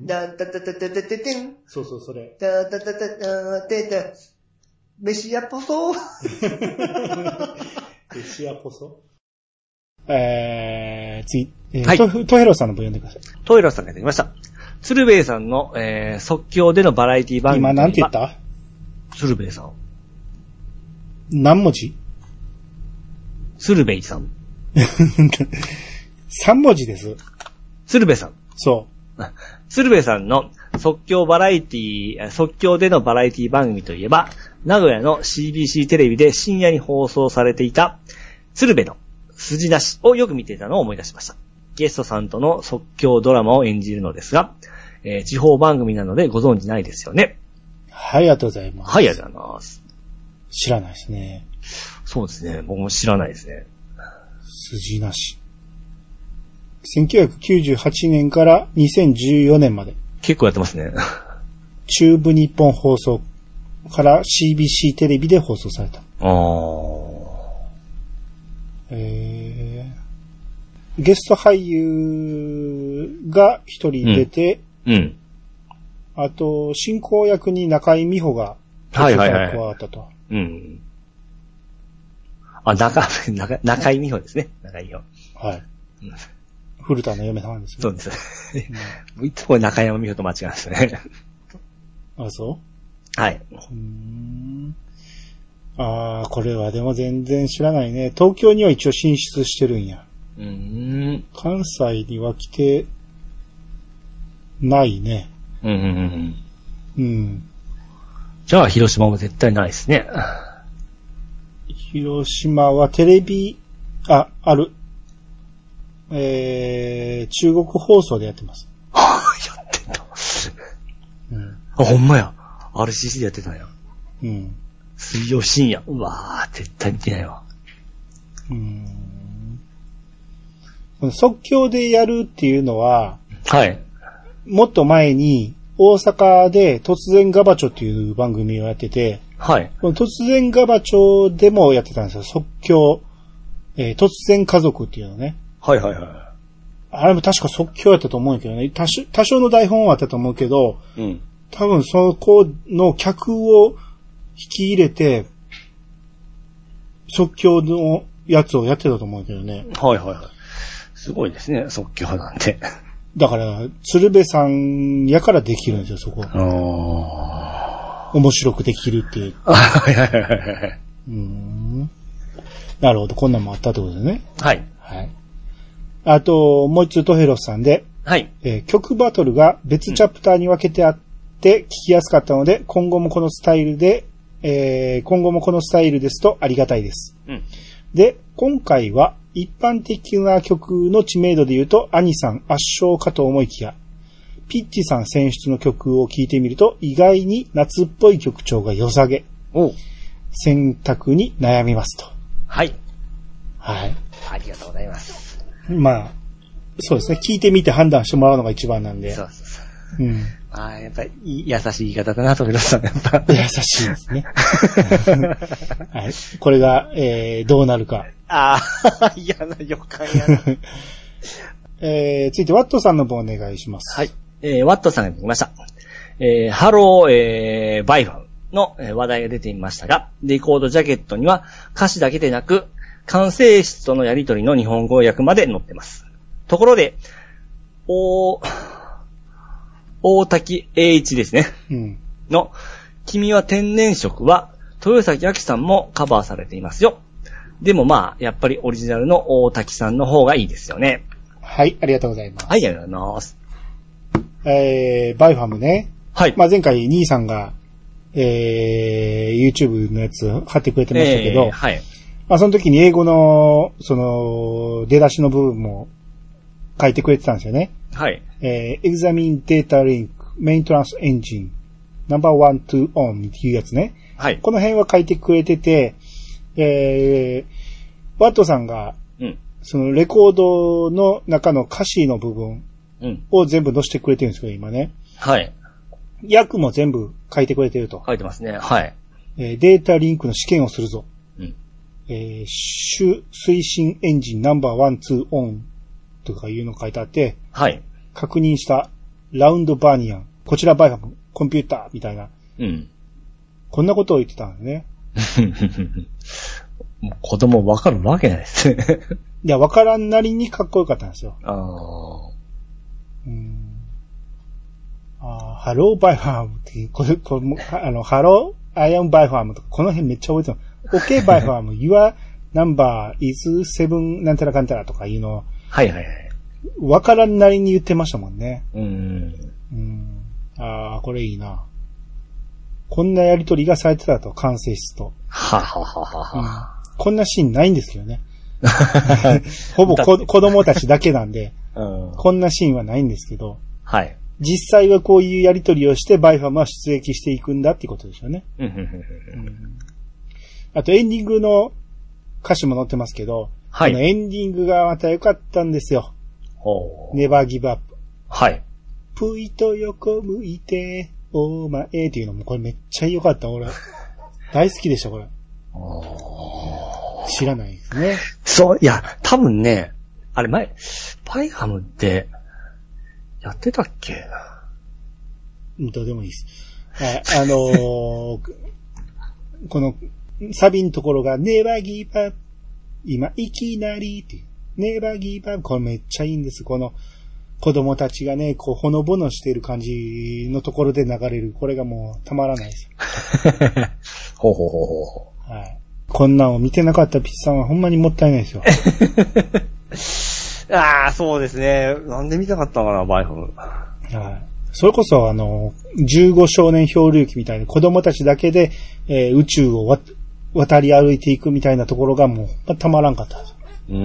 だだだだだだてん。 そうそう、それ。 だだだだだてて。飯やぽそ。 飯やぽそ。次、 はい。 トヘロさんの分読んでください。 トイロさんが出てきました。鶴瓶さんの、即興でのバラエティ番組。 今なんて言った？ 鶴瓶さん。 何文字？ 鶴瓶さん。 3文字です。 鶴瓶さん。 そう。 鶴瓶さんの即興でのバラエティ番組といえば、名古屋の CBC テレビで深夜に放送されていた鶴瓶の筋なしをよく見ていたのを思い出しました。ゲストさんとの即興ドラマを演じるのですが、地方番組なのでご存知ないですよね。 はい、ありがとうございます。 はい、ありがとうございます。 知らないですね。 そうですね。僕も知らないですね。 筋なし。1998年から2014年まで。 結構やってますね。 中部日本放送から CBC テレビで放送された。ゲスト俳優が一人出て、 うん。 あと、進行役に中井美穂が加わったと。 うん。中井美穂ですね。中井美穂。 はい。うん、古田の嫁さんですね。 そうです。いつも中山美穂と間違うんですね。 あ、そうはい。 これはでも全然知らないね。東京には一応進出してるんや。関西には来てないね。うん。 じゃあ広島も絶対ないですね。 広島はテレビ、ある。中国放送でやってます。 やってんだ。ほんまや。RCC でやってたんや。 うん。 水曜深夜。うわー、絶対見てないわ。 即興でやるっていうのは、 はい。 もっと前に大阪で突然ガバチョっていう番組をやってて、 はい。 この突然ガバチョでもやってたんですよ。即興、突然家族っていうのね。 はい。 あれも確か即興やったと思うんやけどね。多少の台本はあったと思うけど、多分そこの客を引き入れて、即興のやつをやってたと思うけどね。 はい。すごいですね、即興なんて。 だから、鶴瓶さんやからできるんですよ、そこ。面白くできるっていう。なるほど、こんなんもあったってことですね。 はい。 あと、もう一つトヘロスさんで、 はい。 曲バトルが別チャプターに分けてあって聞きやすかったので、今後もこのスタイルですとありがたいです。で、今回は一般的な曲の知名度で言うと、アニさん圧勝かと思いきや、ピッチさん選出の曲を聴いてみると、意外に夏っぽい曲調が良さげ。選択に悩みますと。 はい。 はい。 ありがとうございます。 まあ、そうですね。聞いてみて判断してもらうのが一番なんで。 そう。やっぱり優しい言い方だなと、皆さん。やっぱ優しいですね。はい。これが、どうなるか。 嫌な予感やな。 続いて、ワットさんの方お願いします。 はい。ワットさんが出てきました。ハロー、バイファンの話題が出ていましたが、レコードジャケットには歌詞だけでなく、管制室とのやりとりの日本語訳まで載ってます。ところで、大滝栄一ですね。の、君は天然色は、豊崎亜紀さんもカバーされていますよ。でもやっぱりオリジナルの大滝さんの方がいいですよね。 はい、ありがとうございます。 はい、ありがとうございます。 バイファムね。 はい。 前回、兄さんが、YouTube のやつ貼ってくれてましたけど、 はい。 その時に英語の、出だしの部分も書いてくれてたんですよね。 はい。 examine data link, maintenance engine, number 1 to on っていうやつね。 はい。 この辺は書いてくれてて、ワットさんが、そのレコードの中の歌詞の部分を全部載せてくれてるんですけど、今ね。 はい。 訳も全部書いてくれてると。 書いてますね。はい。 データリンクの試験をするぞ。推進エンジンナンバー1、2、オンとかいうのが書いてあって、 はい。 確認したラウンドバーニアン、こちらバイファム、コンピューター、みたいな。 うん。 こんなことを言ってたんだね。 もう子供わかるわけないですね。 いや、わからんなりにかっこよかったんですよ。ハローバイファームっていう、ハローアイアンバイファームとか、この辺めっちゃ覚えてる。OK バイファーム、Your number is 7なんたらかんたらとかいうのを、 はいはいはい。 わからんなりに言ってましたもんね。これいいな。こんなやりとりがされてたと、管制室と。 はははは。 こんなシーンないんですけどね。ほぼ子供たちだけなんで、こんなシーンはないんですけど、 はい。 実際はこういうやりとりをしてバイファムは出撃していくんだっていうことですよね。あとエンディングの歌詞も載ってますけど、 はい。 このエンディングがまた良かったんですよ。ネバーギブアップ。 はい。 ぷいと横向いて、お前っていうのもこれめっちゃ良かった。俺、大好きでした、これ。知らないですね。 そう、いや、多分ね、あれ前、バイファムって、やってたっけ？ どうでもいいです。この、サビのところが、ネバーギブアップ、今、いきなりっていう。ネバーギブアップ、これめっちゃいいんです。この、子供たちがね、こう、ほのぼのしている感じのところで流れる。これがもう、たまらないですよ。 ほうほうほうほう。 はい。こんなんを見てなかったピッチさんはほんまにもったいないですよ。 そうですね。なんで見たかったのかな、バイファム。 はい。それこそ15少年漂流記みたいな子供たちだけで、宇宙を渡り歩いていくみたいなところがもう、たまらんかったです。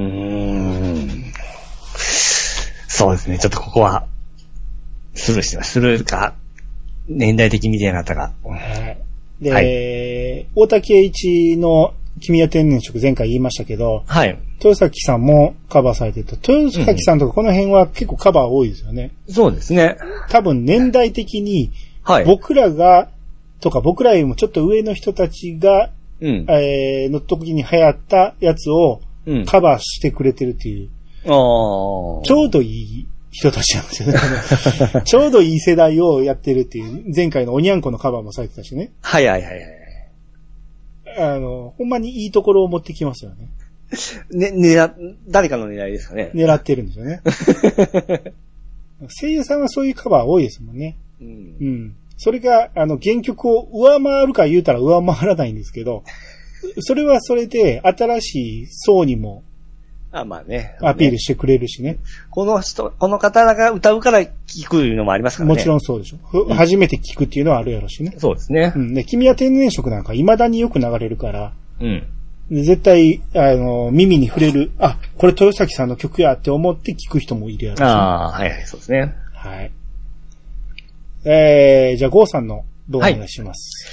そうですね。ちょっとここは、スルーしてます。スルーか、年代的に見てなかったか。 はい。で、大竹栄一の君は天然色前回言いましたけど、 はい。 豊崎さんもカバーされてた。豊崎さんとかこの辺は結構カバー多いですよね。 そうですね。 多分年代的に、 はい。 僕らよりもちょっと上の人たちが、の時に流行ったやつをカバーしてくれてるっていう。ちょうどいい人たちなんですよね。ちょうどいい世代をやってるっていう。前回のおにゃんこのカバーもされてたしね。 はいはいはいはい。 ほんまにいいところを持ってきますよね。 誰かの狙いですかね。 狙ってるんですよね。声優さんはそういうカバー多いですもんね。それが、原曲を上回るか言うたら上回らないんですけど、それはそれで新しい層にも、 まあね。 アピールしてくれるしね。 この方が歌うから聴くのもありますからね。 もちろんそうでしょ。初めて聴くっていうのはあるやろしね。 そうですね。 で、君は天然色なんか未だによく流れるから、絶対、耳に触れる、これ豊崎さんの曲やって思って聴く人もいるやろし、ね。 はいはい、そうですね。 はい。じゃあ、ゴーさんの動画お願いします。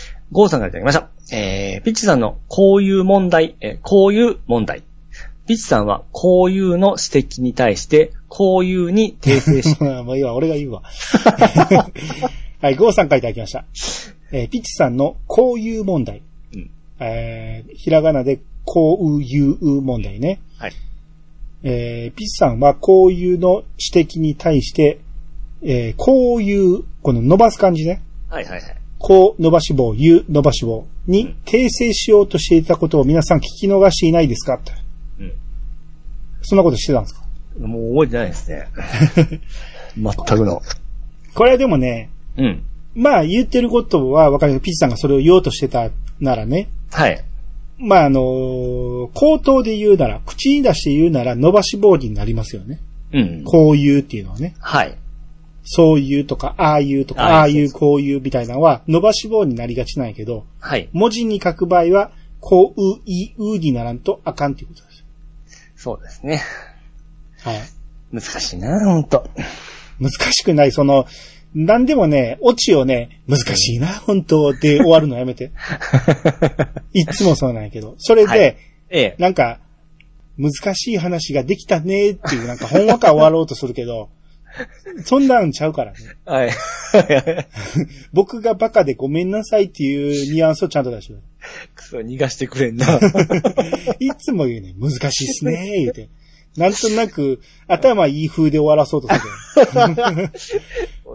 ゴーさんからいただきました。ピッチさんのこういう問題。ピッチさんはこういうの指摘に対して、こういうに訂正し。 もういいわ、俺が言うわ。はい、ゴーさんからいただきました。ピッチさんのこういう問題。ひらがなでこういう問題ね。はい。ピッチさんはこういうの指摘に対して、こういう、この伸ばす感じね。 はいはいはい。 こう伸ばし棒、いう伸ばし棒に訂正しようとしていたことを皆さん聞き逃していないですかって。そんなことしてたんですか？ もう覚えてないですね。全くの。 これはでもね、まあ言ってることはわかる。ピッチさんがそれを言おうとしてたならね。はい。まあ口頭で言うなら、口に出して言うなら伸ばし棒になりますよね。こういうっていうのはね。はい。そういうとか、ああいうとか、ああいう、こういうみたいなのは伸ばし棒になりがちなんやけど、はい。文字に書く場合は、こう、いう、にならんとあかんっていうことです。 そうですね。 はい。 難しいな、ほんと。 難しくない、なんでもね、オチをね、難しいな、本当で終わるのやめて。いつもそうなんやけど。それで、はい、なんか、難しい話ができたねっていう、なんか、ほんわか終わろうとするけど、そんなんちゃうからね。はい。僕がバカでごめんなさいっていうニュアンスをちゃんと出してくれる。 くそ、逃がしてくれんな。 いつも言うね、難しいっすね、言うて。なんとなく、頭いい風で終わらそうとする。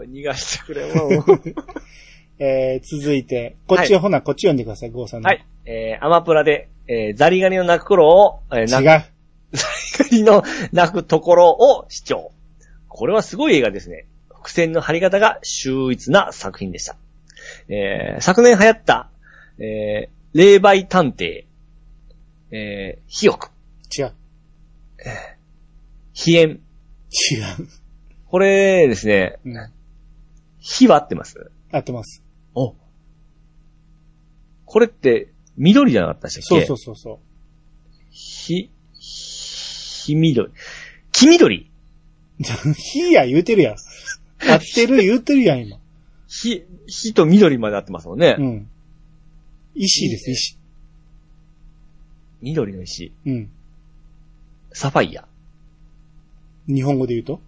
う逃がしてくれ、もう。 続いて、こっち、ほな、こっち読んでください、ゴーさんの。 はい。アマプラで、ザリガニの鳴く頃を、 違う。 ザリガニの鳴くところを視聴。これはすごい映画ですね。伏線の張り方が秀逸な作品でした。昨年流行った、霊媒探偵、秘翼。 違う。 秘炎。 違う。 これですね、火は合ってます？ 合ってます。 お。これって、緑じゃなかったでしたっけ？ そう。 火緑。黄緑。 火や言うてるやん。合ってる言うてるやん、今。 火と緑まで合ってますもんね。 うん。石です、石。 緑の石。 うん。 サファイア。 日本語で言うと？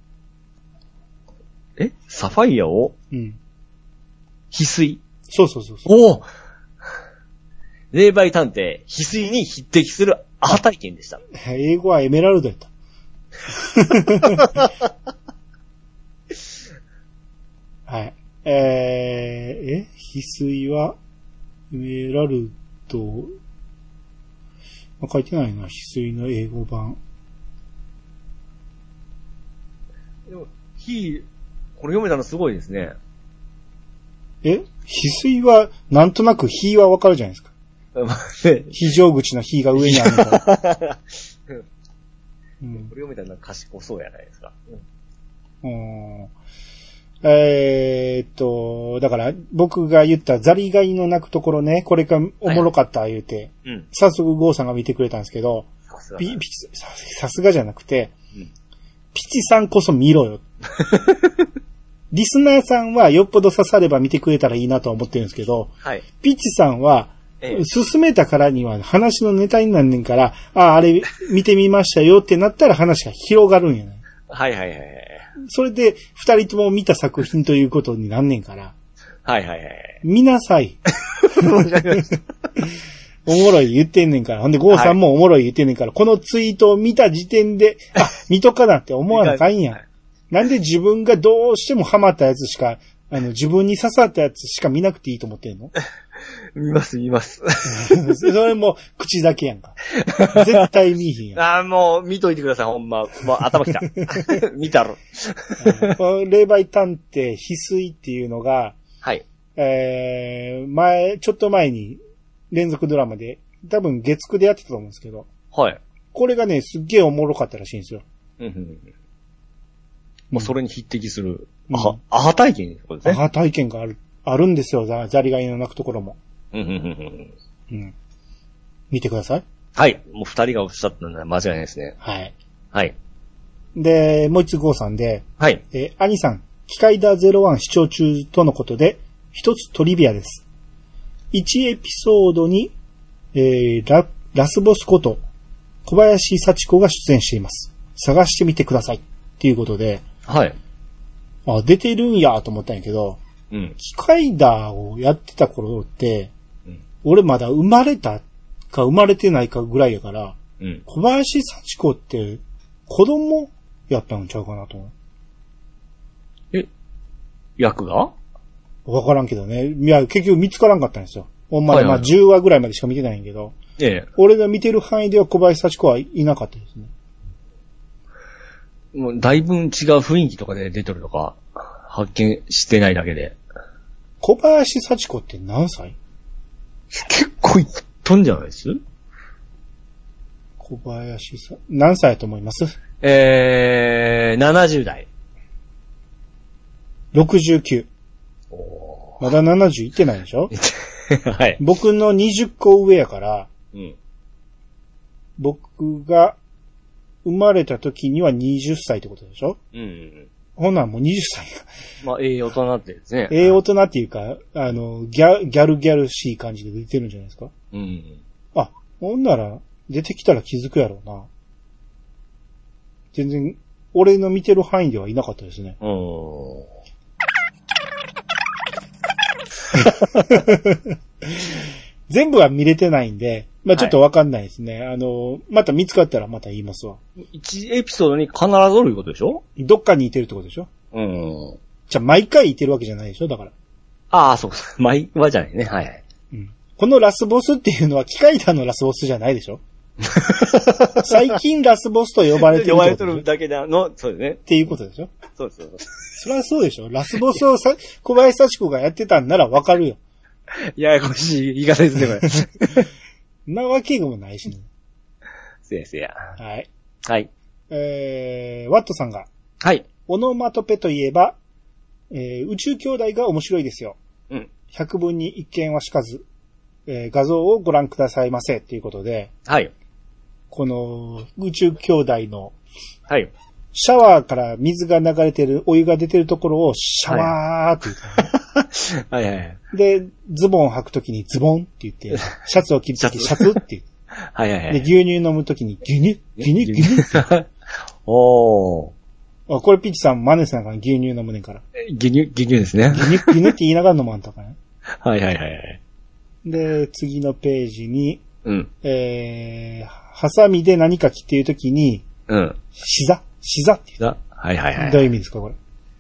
サファイアをうん。 翡翠。 そう。 おお！霊媒探偵、翡翠に匹敵するアハ体験でした。 英語はエメラルドやった。はい。翡翠は、エメラルド、書いてないな、翡翠の英語版。 でも、これ読めたのすごいですね。 翡翠は、なんとなく火はわかるじゃないですか。非常口の火が上にあるから。 これ読めたの賢そうやないですか。 だから、僕が言ったザリガニの鳴くところね、これがおもろかった言うて、早速ゴーさんが見てくれたんですけど、さすがじゃなくて、ピチさんこそ見ろよ。リスナーさんはよっぽど刺されば見てくれたらいいなとは思ってるんですけど、ピチさんは、進めたからには話のネタになんねんから、あれ見てみましたよってなったら話が広がるんやね。 はい。 それで、二人とも見た作品ということになんねんから。 はい。 見なさい。おもろい言ってんねんから。ほんで、ゴーさんもおもろい言ってんねんから、このツイートを見た時点で、見とかなって思わなあかんやん。なんで自分がどうしてもハマったやつしか、自分に刺さったやつしか見なくていいと思ってんの？ 見ます。 それも口だけやんか。絶対見ひんやん。 もう見といてください、ほんま。もう頭きた。見たろ。 霊媒探偵、翡翠っていうのが、 はい。 ちょっと前に連続ドラマで、多分月9でやってたと思うんですけど、 はい。 これがね、すっげえおもろかったらしいんですよ。 もうそれに匹敵する、アハ体験ですね。 アハ体験があるんですよ、ザリガニの鳴くところも。見てください。 はい。もう二人がおっしゃったのは間違いないですね。はい。 で、もう一つゴーさんで、 はい。 兄さん、機械だ01視聴中とのことで、一つトリビアです。1エピソードに、ラスボスこと小林幸子が出演しています。探してみてください。っていうことで、 はい。 出てるんやと思ったんやけど、機械だをやってた頃って、俺まだ生まれたか生まれてないかぐらいやから、小林幸子って子供やったんちゃうかなと思う。 役がわからんけどね。いや、結局見つからんかったんですよ。ほんまに、10話ぐらいまでしか見てないんやけど、俺が見てる範囲では小林幸子はいなかったですね。 もうだいぶ違う雰囲気とかで出てるとか、発見してないだけで。 小林幸子って何歳？ 結構いっとんじゃないです？ 小林さん、何歳だと思います？ 70代。 69。まだ70いってないでしょ？ はい。 僕の20個上やから、僕が生まれた時には20歳ってことでしょ？ほんなんもう20歳や。 まあ、大人ってですね。 大人っていうか、ギャルしい感じで出てるんじゃないですか？ほんなら、出てきたら気づくやろうな。全然、俺の見てる範囲ではいなかったですね。全部は見れてないんで、まあちょっとわかんないですね。また見つかったらまた言いますわ。 1エピソードに必ずおるいうことでしょ？ どっかにいてるってことでしょ？ じゃあ毎回いてるわけじゃないでしょだから。 ああ、そうそう。毎はじゃないね。はいはい。 うん。このラスボスっていうのは機械弾のラスボスじゃないでしょ最近ラスボスと呼ばれてる。 呼ばれてるだけの、そうですね。 っていうことでしょそうです。 そりゃそうでしょラスボスを小林幸子がやってたんならわかるよ。 ややこしい言い方ですね、これ。 なわけもないしね。 せやせや。 はい。 はい。 ワットさんが。 はい。 オノマトペといえば、宇宙兄弟が面白いですよ。 うん。 百分に一見はしかず、画像をご覧くださいませっていうことで。 はい。この宇宙兄弟の。 はい。 シャワーから水が流れてる、お湯が出てるところをシャワーって言って、 はいはいはい。 で、ズボン履くときにズボンって言って、シャツを着るときシャツって言って。 はいはいはい。 で、牛乳飲むときに牛乳おー。 これピッチさん真似せながら牛乳飲むねんから。 牛乳ですね。 牛乳って言いながら飲まんとかね。 はいはいはい。 で、次のページに、 うん。 ハサミで何か切っているときに、 うん。 シザって言う。 はいはいはい。 どういう意味ですか、こ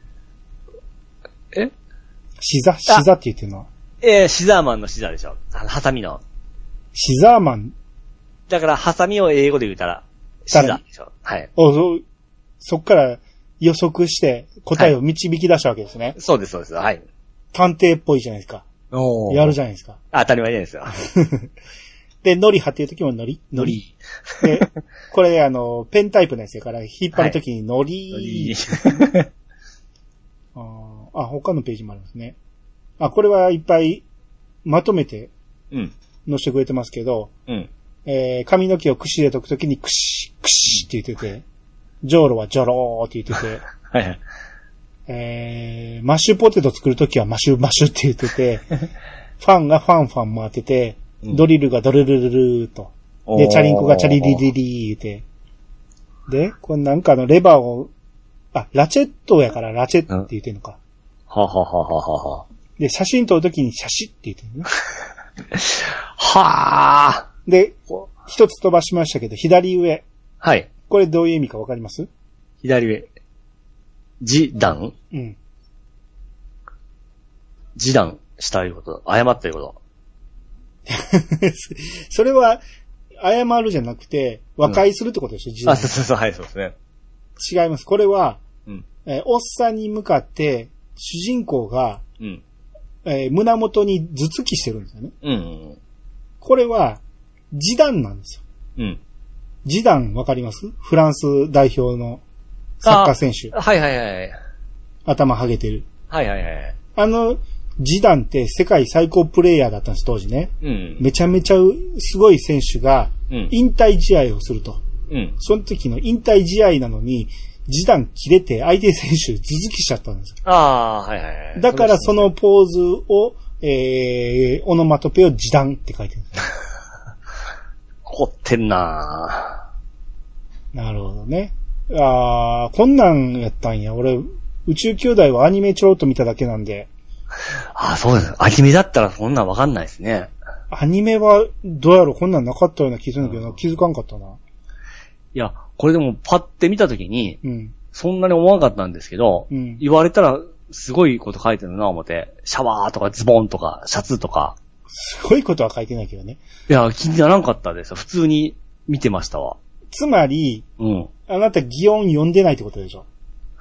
れ。 えシザって言ってるのは。 シザーマンのシザーでしょ。ハサミの。 シザーマン。 だから、ハサミを英語で言うたら、シザーでしょ。はい。 そっから予測して答えを導き出したわけですね。はい、 そうです。はい。 探偵っぽいじゃないですか。やるじゃないですか。 当たり前ですよ。 で、ノリ貼ってるときもノリ。で、これペンタイプのやつやから、引っ張るときにノリ。他のページもありますね。これはいっぱいまとめて、載せてくれてますけど、髪の毛を櫛で解くときにクシって言ってて、ジョーロはジョローって言ってて、 はいはい。 マッシュポテト作るときはマッシュって言ってて、ファンがファン回ってて、ドリルがドルルルルーと。で、チャリンコがチャリリリリーって。で、これなんかレバーを、ラチェットやからラチェットって言ってんのか。 は。 で、写真撮るときに写真って言ってるね。 はぁ。 で、一つ飛ばしましたけど、左上。 はい。 これどういう意味かわかります？ 左上。示談？ うん。 示談したいうこと。謝ったいうこと。 それは、謝るじゃなくて、和解するってことでしょ、示談。 そう、はい、そうですね。 違います。これは、おっさんに向かって、主人公が、胸元に頭突きしてるんですよね。これは、示談なんですよ。示談わかります？フランス代表のサッカー選手。 はい。 頭ハゲてる。 はい。 示談って世界最高プレイヤーだったんです、当時ね。めちゃめちゃすごい選手が、引退試合をすると。その時の引退試合なのに、示談切れて相手選手頭突きしちゃったんですよ。 はい。 だからそのポーズを、オノマトペを示談って書いてるんです。 凝ってんなぁ。なるほどね。こんなんやったんや。俺、宇宙兄弟はアニメちょろっと見ただけなんで。 そうです。アニメだったらそんなんわかんないですね。 アニメは、どうやろうこんなんなかったような気するんだけどな、気づかんかったな。 いや、これでもパッて見たときに、そんなに思わなかったんですけど、言われたらすごいこと書いてるな思って、シャワーとかズボンとかシャツとか。 すごいことは書いてないけどね。 いや、気にならんかったですよ。普通に見てましたわ。 つまり、あなた擬音読んでないってことでしょ。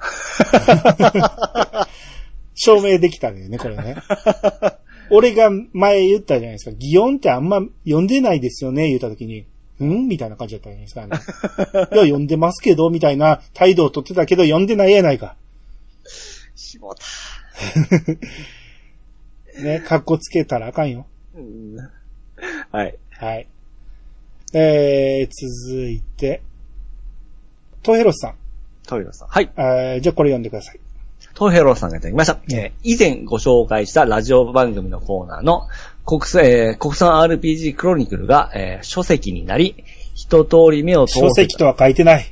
証明できたんだよね、これね。俺が前言ったじゃないですか。擬音ってあんま読んでないですよね、言ったときに。みたいな感じだったじゃないですか、ね。いや、読んでますけど、みたいな態度を取ってたけど、読んでないやないか。 しもた。 ね、かっこつけたらあかんよ。 はい。 続いて、トヘロスさん。 はい。 じゃあこれ読んでください。 トヘロスさんがいただきました。以前ご紹介したラジオ番組のコーナーの国産 RPG クロニクルが、書籍になり、一通り目を通せた。 書籍とは書いてない。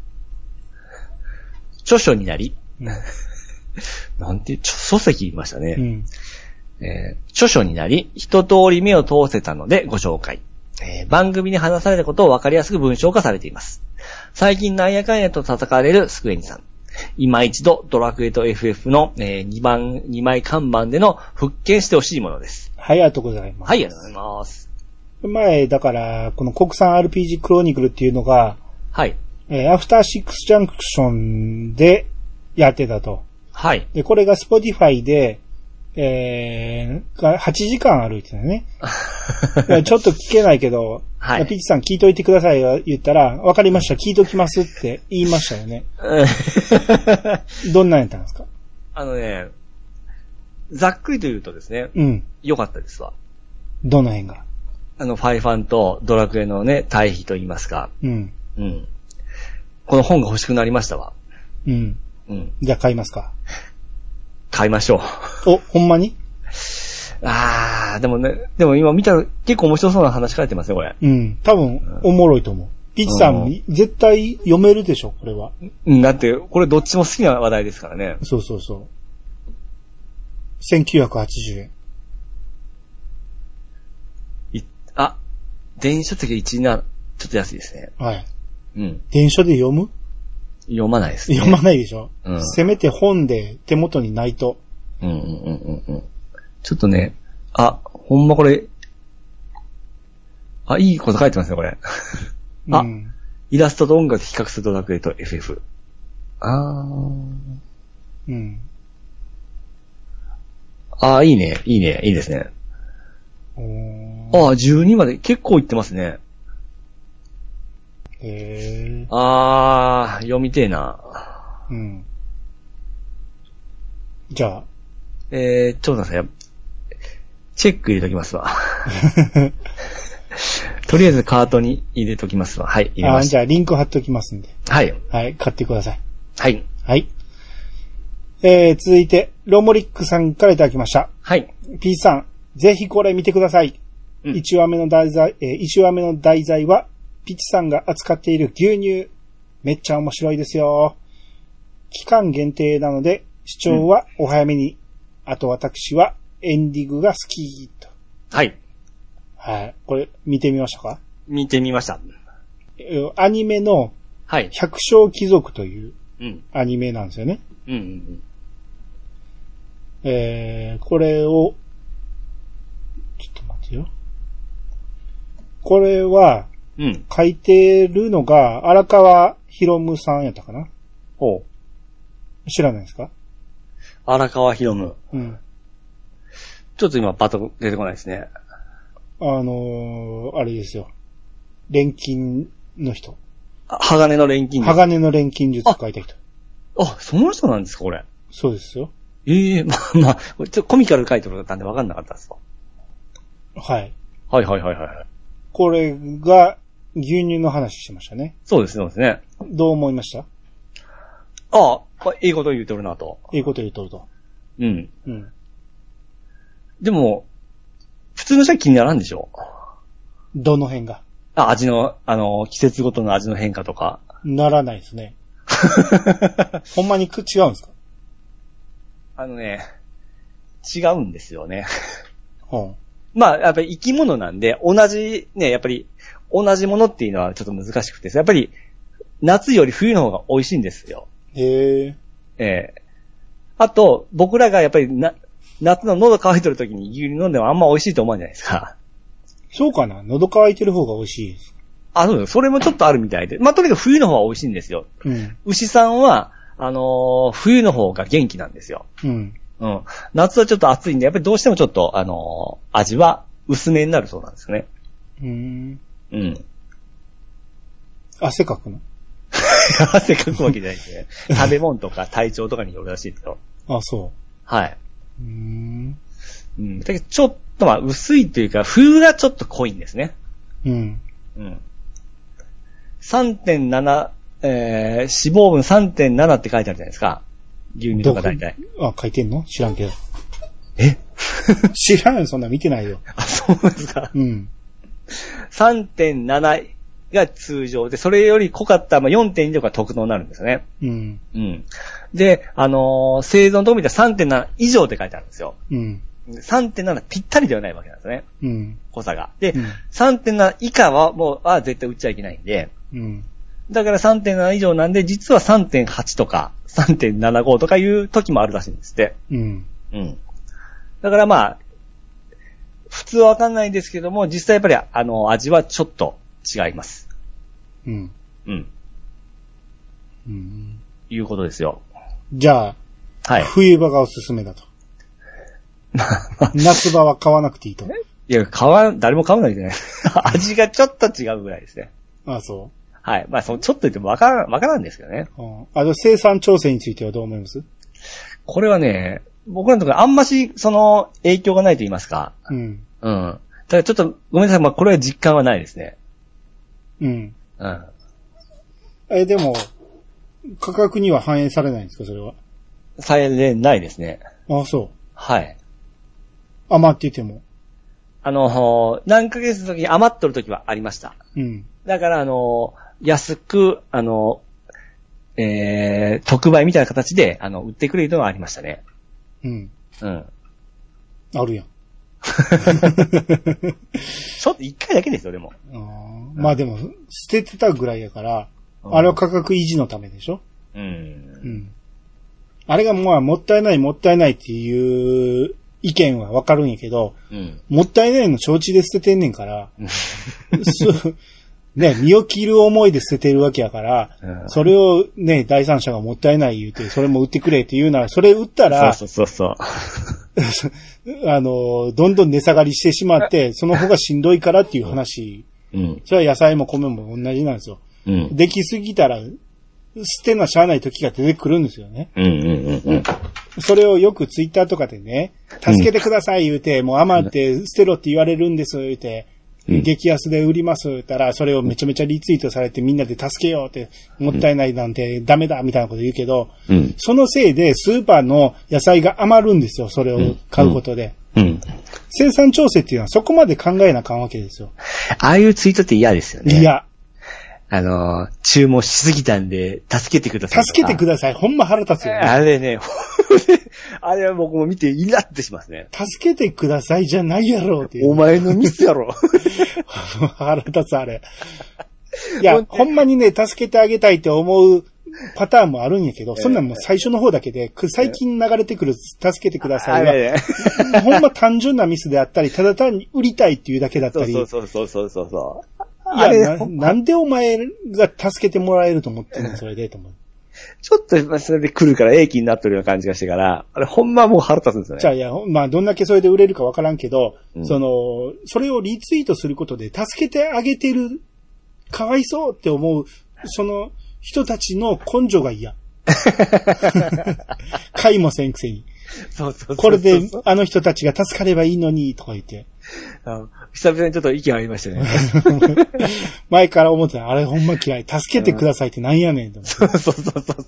著書になり、なんて、書籍言いましたね。著書になり、一通り目を通せたのでご紹介。番組に話されたことを分かりやすく文章化されています。最近なんやかんやと叩かれるスクエニさん。 今一度ドラクエと FF の、2枚看板での復権してほしいものです。 はい、ありがとうございます。 はい、ありがとうございます。 前、だから、この国産 RPG クロニクルっていうのが、 はい。 アフターシックスジャンクションでやってたと。 はい。 で、これが Spotify で、8時間歩いてたね。ちょっと聞けないけど、はい、ピッチさん聞いといてくださいよ言ったら、わかりました、聞いときますって言いましたよね。どんなんやったんですか？ ざっくりと言うとですね、うん。良かったですわ。 どの辺が？ ファイファンとドラクエのね、対比と言いますか。うん。うん。この本が欲しくなりましたわ。 うん。うん。じゃあ買いますか？ 買いましょう。お、ほんまに？ でも今見たら結構面白そうな話書いてますね、これ。 うん。多分、おもろいと思う。ピッチさん、絶対読めるでしょ、これは。 だって、これどっちも好きな話題ですからね。 そうそうそう。1980円。 電子書籍1な、ちょっと安いですね。 はい。うん。電書で読む？ 読まないですね。 読まないでしょ。うん。せめて本で手元にないと。 うんうんうんうん。ちょっとね、ほんまこれ、いいこと書いてますね、これ。うん、イラストと音楽比較するドラクエと FF。うん。いいね、いいね、いいですね。12まで結構いってますね。読みてえな。うん。 じゃあ。 ちょっと待って、チェック入れときますわ。とりあえずカートに入れときますわ。はい、入れました。 じゃあリンク貼っときますんで。 はい。 はい、買ってください。 はい。 はい。続いて、ロモリックさんからいただきました。 はい。 P さん、ぜひこれ見てください。1話目の題材は、ピッチさんが扱っている牛乳。めっちゃ面白いですよ。期間限定なので、視聴はお早めに。あと私はエンディングが好きと。 はい。 はい。これ見てみましたか？ 見てみました。 アニメの、はい。百姓貴族というアニメなんですよね。うんうんうん。これを、ちょっと待ってよ。これは、書いてるのが荒川博夢さんやったかな？ ほう。知らないですか？ 荒川博夢。うん。ちょっと今パッと出てこないですね。 あれですよ。錬金の人。 鋼の錬金術。 鋼の錬金術書いた人。 その人なんですか、これ。 そうですよ。 まあ、ちょっとコミカル書いてるだったんで分かんなかったですわ。 はい。 はいはいはいはい。 これが牛乳の話してましたね。 そうですね。 どう思いました？ いいこと言うとるなと。 いいこと言うとると。うん。うん。 でも、普通の人は気にならんでしょ？ どの辺が？ 味の、季節ごとの味の変化とか。 ならないですね。ほんまに違うんですか？ 違うんですよね。 まあ、やっぱり生き物なんで、やっぱり、同じものっていうのはちょっと難しくて、やっぱり、夏より冬の方が美味しいんですよ。あと、僕らがやっぱり夏の喉乾いてる時に牛乳飲んでもあんま美味しいと思うんじゃないですか。 そうかな？喉乾いてる方が美味しいです。 そうです。それもちょっとあるみたいで。とにかく冬の方が美味しいんですよ。うん。牛さんは、冬の方が元気なんですよ。うん。うん。夏はちょっと暑いんで、やっぱりどうしてもちょっと、味は薄めになるそうなんですね。うん。 汗かくの？ 汗かくわけじゃないですね。食べ物とか体調とかによるらしいですよ。 そう。 はい。うん。だけどちょっと薄いというか、風がちょっと濃いんですね。うん。うん。3.7、脂肪分 3.7 って書いてあるじゃないですか。牛乳とか大体。 書いてんの？知らんけど。知らんよ、そんな見てないよ。 そうですか。うん。3.7 が通常で、それより濃かった4.2 とか特濃になるんですよね。うん。うん。で、製造のとこ見たら 3.7 以上って書いてあるんですよ。うん。3.7 ぴったりではないわけなんですね。うん。濃さが。で、3.7 以下はもう、絶対売っちゃいけないんで。うん。 だから 3.7 以上なんで、実は 3.8 とか 3.75 とかいう時もあるらしいんですって。うん。うん。だからまあ、普通はわかんないんですけども、実際やっぱり味はちょっと違います。うん。うん。うん。いうことですよ。 じゃあ、はい。冬場がおすすめだと。夏場は買わなくていいと。 いや、誰も買わないじゃない。味がちょっと違うぐらいですね。 ああ、そう。 はい。まあ、ちょっと言ってもわからんですけどね。 生産調整についてはどう思います？ これはね、僕らのところあんまし、影響がないと言いますか。うん。うん。ただちょっと、ごめんなさい。まあ、これは実感はないですね。うん。うん。 でも、価格には反映されないんですか、それは。 されないですね。 ああ、そう。 はい。 余ってても。 何ヶ月の時に余っとる時はありました。うん。だから、安く、特売みたいな形で、売ってくれるのがありましたね。うん。うん。 あるやん。 ちょっと一回だけですよ、でも。 まあでも、捨ててたぐらいやから、あれは価格維持のためでしょ？うん。うん。あれがまあ、もったいないっていう意見はわかるんやけど、うん、もったいないの承知で捨ててんねんから、ね、身を切る思いで捨ててるわけやから、それをね、第三者がもったいない言うて、それも売ってくれって言うなら、それ売ったら、そうどんどん値下がりしてしまって、その方がしんどいからっていう話。うん、それは野菜も米も同じなんですよ。うん、できすぎたら、捨てなしゃあない時が出てくるんですよね。それをよくツイッターとかでね、助けてください言うて、もう余って捨てろって言われるんです言うて、激安で売ります言ったら、それをめちゃめちゃリツイートされてみんなで助けようって、もったいないなんてダメだみたいなこと言うけど、そのせいでスーパーの野菜が余るんですよ、それを買うことで。生産調整っていうのはそこまで考えなあかんわけですよ。 ああいうツイートって嫌ですよね。 嫌。 注文しすぎたんで、助けてください。 助けてください。ほんま腹立つよね。 あれね、あれは僕も見てイラってしますね。 助けてくださいじゃないやろっていう。 お前のミスやろ。 腹立つあれ。いや、ほんまにね、助けてあげたいって思うパターンもあるんやけど、そんなんもう最初の方だけで、最近流れてくる助けてくださいは、ほんま単純なミスであったり、ただ単に売りたいっていうだけだったり。 そう。 いや、なんでお前が助けてもらえると思ってんのそれでと思う。 ちょっとそれで来るから英気になってるような感じがしてから、あれほんまもう腹立つんですよね。 じゃあいや、まあどんだけそれで売れるかわからんけど、それをリツイートすることで助けてあげてる、かわいそうって思う、その人たちの根性が嫌。買いもせんくせに。そう。これであの人たちが助かればいいのに、とか言って。 久々にちょっと意見ありましたね。 前から思ってた、あれほんま嫌い。助けてくださいってなんやねんと思って。 そう。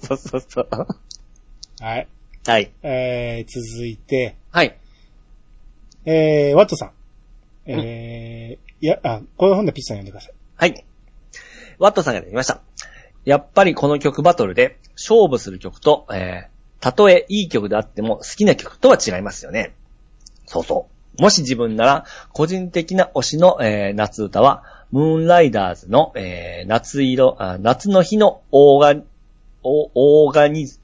はい。 はい。 続いて。 はい。 ワットさん。この本でピッチさん読んでください。 はい。ワットさんが出ました。やっぱりこの曲バトルで勝負する曲と、たとえいい曲であっても好きな曲とは違いますよね。そう。もし自分なら、個人的な推しの、夏歌は、ムーンライダーズの、夏の日のオーガニズ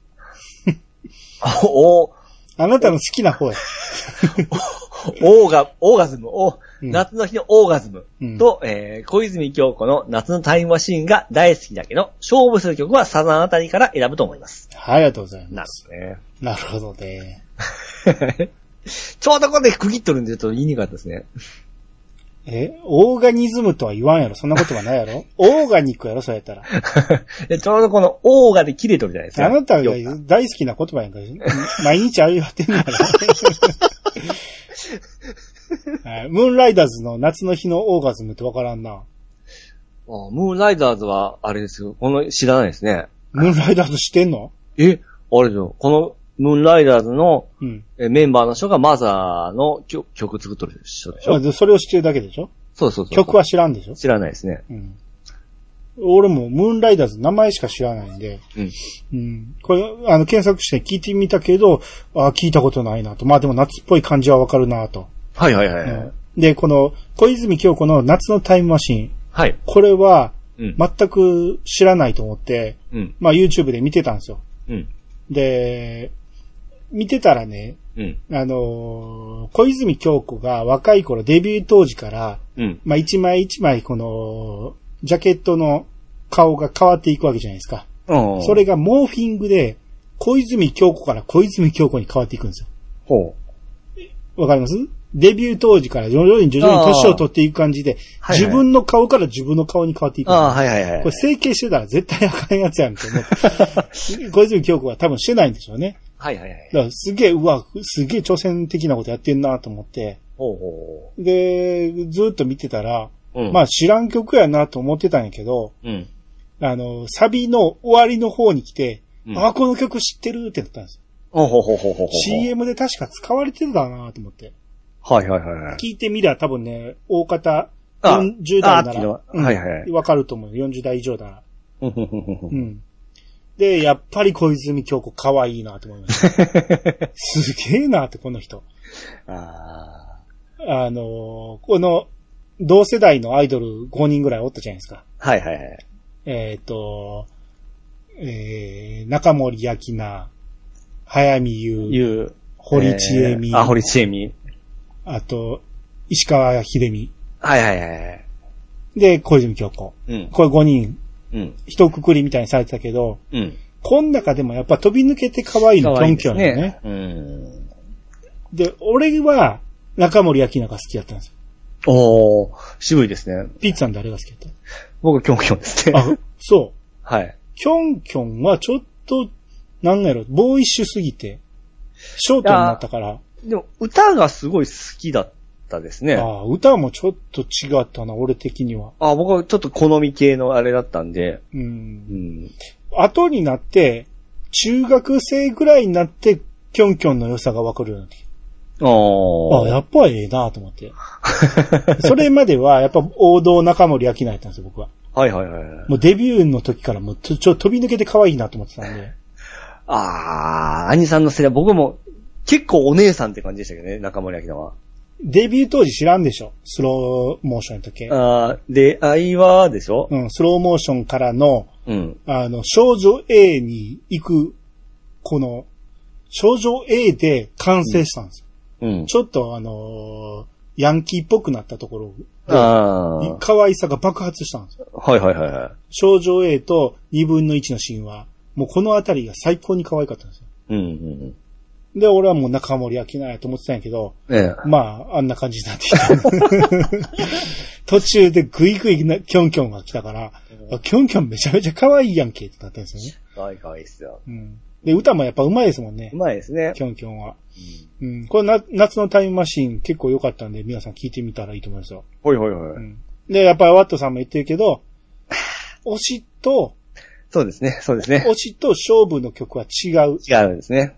あなたの好きな方や。 オーガズム、夏の日のオーガズムと、小泉京子の夏のタイムマシーンが大好きだけど、勝負する曲はサザンあたりから選ぶと思います。 はい、ありがとうございます。なるほどね。 ちょうどここで区切っとるんでちょっと言いにくかったですね。 オーガニズムとは言わんやろ。そんなことはないやろ。オーガニックやろ、そうやったら。 ちょうどこのオーガで切れとるじゃないですか。 あなたが大好きな言葉やんか。毎日ああいうやってんのやろ。ムーンライダーズの夏の日のオーガズムってわからんな。 ムーンライダーズは、あれですよ。知らないですね。 ムーンライダーズ知ってんの？ あれですよ。この、ムーンライダーズの、メンバーの人がマザーの曲作っとる人でしょ？ それを知ってるだけでしょ？そう。曲は知らんでしょ？ 知らないですね。 俺もムーンライダーズ名前しか知らないんで、これ、検索して聞いてみたけど、聞いたことないなと。まあでも夏っぽい感じはわかるなと。 はい。 で、この、小泉京子の夏のタイムマシーン。 はい。 これは、 全く知らないと思って、まあ YouTube で見てたんですよ。で、見てたらね、小泉京子が若い頃デビュー当時から、まあ一枚一枚この、ジャケットの顔が変わっていくわけじゃないですか。それがモーフィングで、小泉京子から小泉京子に変わっていくんですよ。わかります？デビュー当時から徐々に年を取っていく感じで、自分の顔から自分の顔に変わっていく。これ整形してたら絶対あかんやつやんって思って。小泉京子は多分してないんでしょうね。だからすげえ挑戦的なことやってんなと思って。で、ずっと見てたら、まあ知らん曲やなと思ってたんやけど、サビの終わりの方に来て、あ、この曲知ってるってなったんですよ。CM で確か使われてたなと思って。聞いてみりゃ多分ね、大方40代なら、わかると思う。40代以上なら。で、やっぱり小泉京子可愛いなと思いました。すげえなって、この人。この、同世代のアイドル5人ぐらいおったじゃないですか。中森明菜、早見優、堀ちえみ。あと、石川秀美。で、小泉京子。これ5人。一括りみたいにされてたけど、この中でもやっぱ飛び抜けて可愛いのキョンキョンよね。で、俺は中森明菜が好きだったんですよ。渋いですね。 ピッツさん誰が好きだった？ 僕キョンキョンですね。 あ、そう。キョンキョンはちょっと、なんやろ、ボーイッシュすぎて、ショートになったから。 でも、歌がすごい好きだったですね。 歌もちょっと違ったな、俺的には。 僕はちょっと好み系のあれだったんで。 後になって、中学生ぐらいになって、キョンキョンの良さがわかるようになって。やっぱええなと思って。それまでは、やっぱ王道中森明菜やったんですよ、僕は。もうデビューの時からもう飛び抜けて可愛いなと思ってたんで。 兄さんの世代、僕も結構お姉さんって感じでしたけどね、中森明菜は。 デビュー当時知らんでしょ？スローモーションの時。 で、愛はでしょ？ スローモーションからの、少女 A に行く、この、少女 A で完成したんですよ。ちょっとヤンキーっぽくなったところで、可愛さが爆発したんですよ。少女 A と2分の1のシーンは、もうこのあたりが最高に可愛かったんですよ。で、俺はもう中森明菜やと思ってたんやけど、まあ、あんな感じになってきた。途中でグイグイキョンキョンが来たから、キョンキョンめちゃめちゃ可愛いやんけってなったんですよね。 可愛いっすよ。 で、歌もやっぱ上手いですもんね。 上手いですね。 キョンキョンは。これ夏のタイムマシーン結構良かったんで、皆さん聞いてみたらいいと思いますよ。で、やっぱりワットさんも言ってるけど、推しと、 そうですね。 推しと勝負の曲は違う。 違うんですね。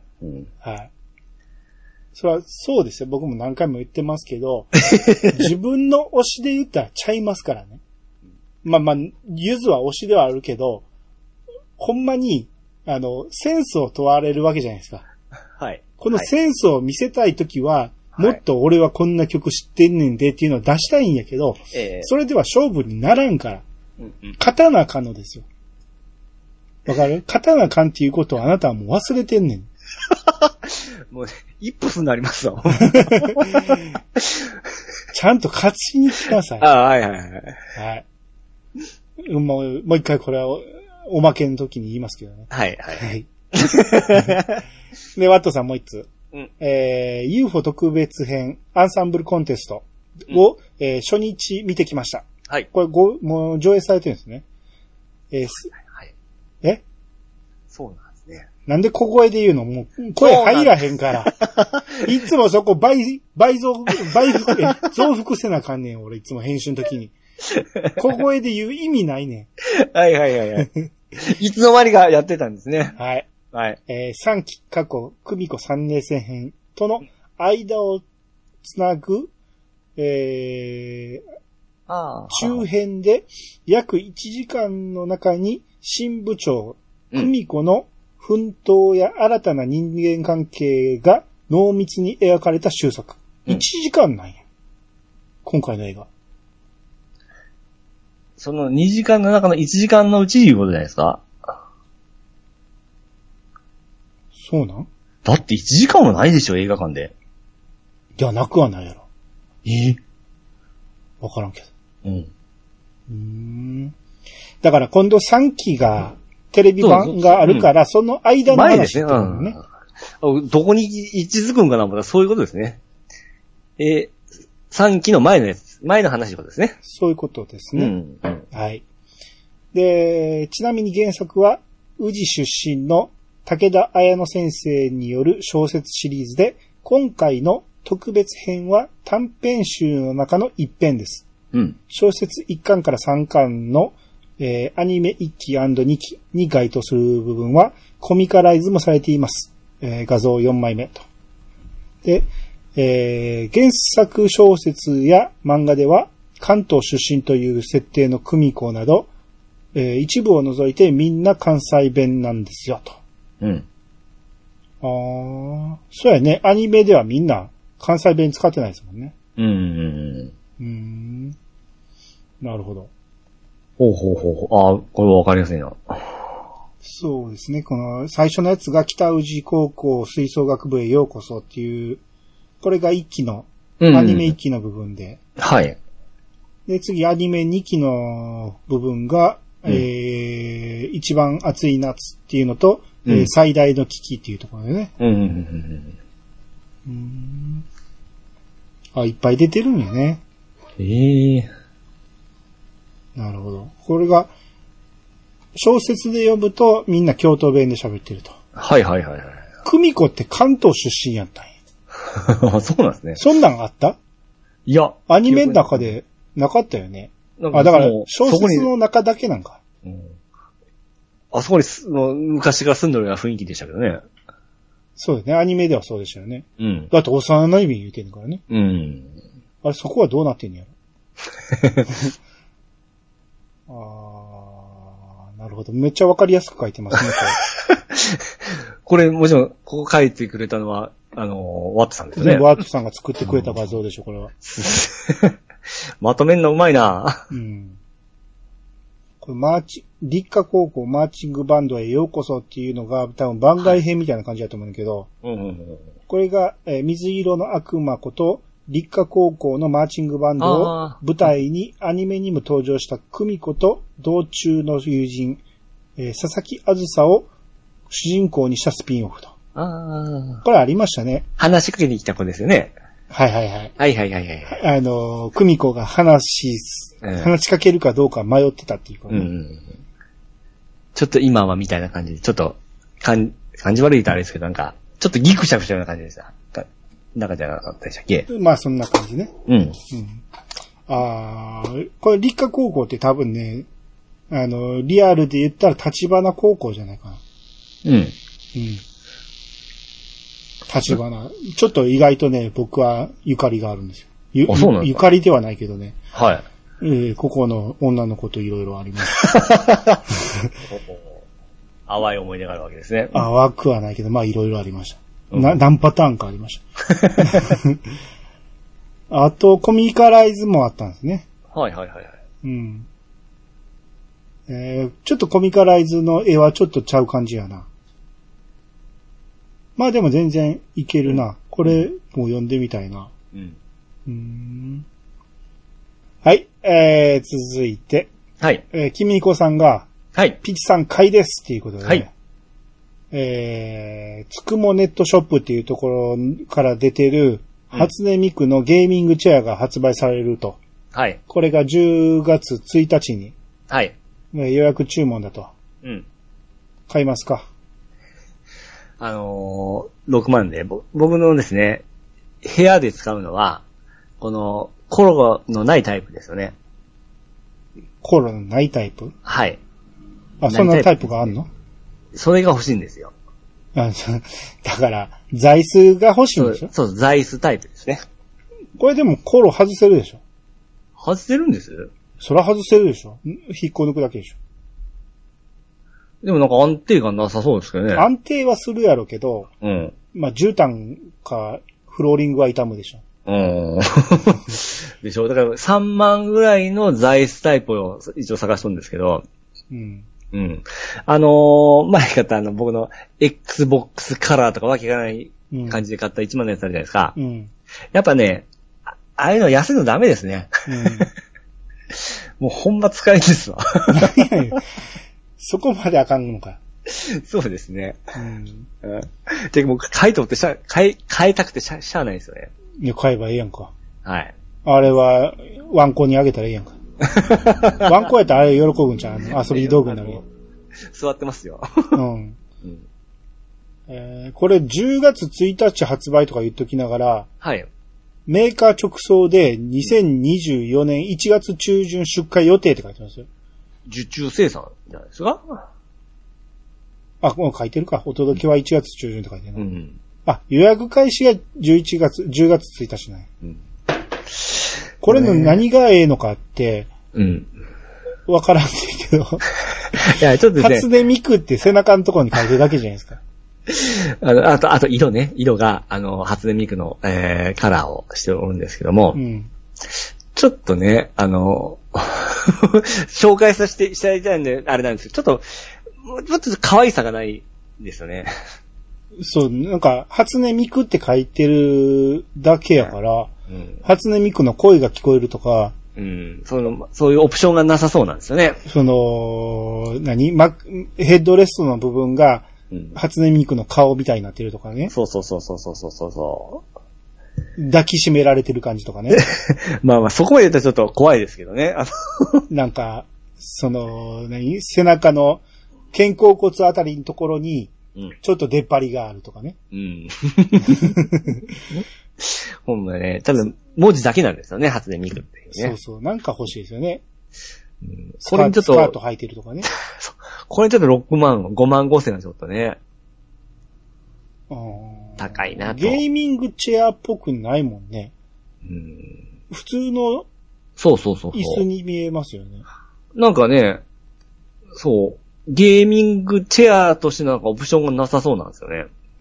それはそうですよ。僕も何回も言ってますけど、自分の推しで言ったらちゃいますからね。まあ、ゆずは推しではあるけど、ほんまに、センスを問われるわけじゃないですか。このセンスを見せたいときは、もっと俺はこんな曲知ってんねんでっていうのを出したいんやけど、それでは勝負にならんから、勝たなあかんのですよ。わかる？勝たなあかんっていうことをあなたはもう忘れてんねん。 もう、一歩すんなりますわ。 ちゃんと勝ちに来なさい。もう一回これはおまけの時に言いますけどね。で、ワットさんもう一つ。UFO 特別編アンサンブルコンテストを、初日見てきました。これもう上映されてるんですね。 そうなんですね。 なんで小声で言うの？もう声入らへんから。いつもそこ増幅せなあかんねん、俺いつも編集の時に。小声で言う意味ないねん。 いつの間にかやってたんですね。 3期過去、久美子3年生編との間をつなぐ、中編で約1時間の中に新部長、久美子の奮闘や新たな人間関係が濃密に描かれた終作。1時間なんや。今回の映画。 その2時間の中の1時間のうちいうことじゃないですか。 そうなん？ だって1時間もないでしょ、映画館で。 いや、なくはないやろ。わからんけど。 うん。 だから今度3期が、テレビ版があるから、その間の話ってことね。 どこに位置づくんかなもそういうことですね。3期の前のやつ、前の話ってことですね。 そういうことですね。はい。で、ちなみに原作は、宇治出身の武田綾乃先生による小説シリーズで、今回の特別編は短編集の中の一編です。小説1巻から3巻の、アニメ1期 &2 期に該当する部分はコミカライズもされています。画像4枚目と。で、原作小説や漫画では関東出身という設定の久美子など、一部を除いてみんな関西弁なんですよと。そうやね。アニメではみんな関西弁使ってないですもんね。なるほど。 ほう。これわかりやすいな。 そうですね。この最初のやつが北宇治高校吹奏楽部へようこそっていう、これが1期の、アニメ1期の部分で。 はい。 で、次アニメ2期の部分が、一番暑い夏っていうのと、最大の危機っていうところでね。いっぱい出てるんやね。なるほど。これが、小説で読むとみんな京都弁で喋ってると。 はい。 久美子って関東出身やったんや。そうなんですね。 そんなんあった？いや。 アニメの中でなかったよね。だから小説の中だけなんか。 あそこに昔から住んでるような雰囲気でしたけどね。 そうですね。アニメではそうでしたよね。だって幼馴染言うてんからね。あれ、そこはどうなってんのやろ。なるほど。めっちゃわかりやすく書いてますね、 これ、もちろん、ここ書いてくれたのは、ワットさんですよね。 ワットさんが作ってくれた画像でしょ、これは。 まとめんのうまいな。 これ立夏高校マーチングバンドへようこそっていうのが、多分番外編みたいな感じだと思うんだけど、これが、水色の悪魔こと立夏高校のマーチングバンドを舞台にアニメにも登場した久美子と道中の友人、佐々木あずさを主人公にしたスピンオフと。これありましたね。 話しかけに来た子ですよね。 はい。久美子が話しかけるかどうか迷ってたっていうか、 ちょっと今はみたいな感じで、ちょっと感じ悪いとあれですけど、なんか、ちょっとギクシャクしたような感じでした。中じゃなかったでしたっけ？ まあそんな感じね。これ立夏高校って多分ね、リアルで言ったら立花高校じゃないかな。立花。ちょっと意外とね、僕はゆかりがあるんですよ。 そうなんですか？ ゆかりではないけどね。 はい。 ここの女の子といろいろあります。 淡い思い出があるわけですね。 淡くはないけど、まあいろいろありました。何パターンかありました。あと、コミカライズもあったんですね。 はい。 ちょっとコミカライズの絵はちょっとちゃう感じやな。まあでも全然いけるな。これも読んでみたいな。はい。続いて。 はい。 きみこさんが、 はい。 ピチさん買いですっていうことで、 はい。 つくもネットショップっていうところから出てる、初音ミクのゲーミングチェアが発売されると。 はい。 これが10月1日に。 はい。 予約注文だと。買いますか 6万で、僕のですね、部屋で使うのは、この、コロのないタイプですよね。 コロのないタイプ？ はい。 そんなタイプがあんの？ それが欲しいんですよ。 だから、座椅子が欲しいんでしょ？ そう、座椅子タイプですね。 これでもコロ外せるでしょ？ 外せるんです？ そら外せるでしょ？引っこ抜くだけでしょ？ でもなんか安定感なさそうですけどね。 安定はするやろけど、まあ、絨毯かフローリングは傷むでしょ。 でしょ。だから3万ぐらいの座椅子タイプを一応探しとるんですけど、うん。うん。前買った僕の Xbox カラーとかわけがない感じで買った1万のやつあるじゃないですか。うん。やっぱね、ああいうの安いのダメですね。うん。もうほんま使いですわ。 そこまであかんのか。 そうですね。うん。でも買いたくて買いたくてしゃあないですよね。 いや、買えばいいやんか。 はい。 あれは、ワンコにあげたらいいやんか。ワンコやったらあれ喜ぶんちゃう？遊び道具になるよ。 座ってますよ。 うん。これ10月1日発売とか言っときながら、はい。メーカー直送で2024年1月中旬出荷予定って書いてますよ。 受注生産じゃないですか？ あ、もう書いてるか。お届けは1月中旬って書いてる。うん。あ、予約開始が10月1日ね。うん。これの何がええのかって、うん。わからんねんけど。いや、ちょっとね。初音ミクって背中のところに書いてるだけじゃないですか。 あと色ね。色が、初音ミクの、カラーをしておるんですけども。うん。ちょっとね、紹介させていただいたんで、あれなんですけど、ちょっと可愛さがないですよね。 そう、なんか、初音ミクって書いてるだけやから、うん、初音ミクの声が聞こえるとか、 うん、そういうオプションがなさそうなんですよね。 ヘッドレストの部分が、初音ミクの顔みたいになってるとかね。 そう。 抱きしめられてる感じとかね。 まあ、そこまで言ったらちょっと怖いですけどね。 なんか、背中の肩甲骨あたりのところに、ちょっと出っ張りがあるとかね。うん。 ほんまね、多分、文字だけなんですよね、初音ミクっていうね。 そう。なんか欲しいですよね。 うん、これちょっと。 スカート履いてるとかね。 これちょっと5万5千はちょっとね。高いなと。 ゲーミングチェアっぽくないもんね。普通の。 そう。 椅子に見えますよね。 なんかね、そう。ゲーミングチェアとしてなんかオプションがなさそうなんですよね。うん。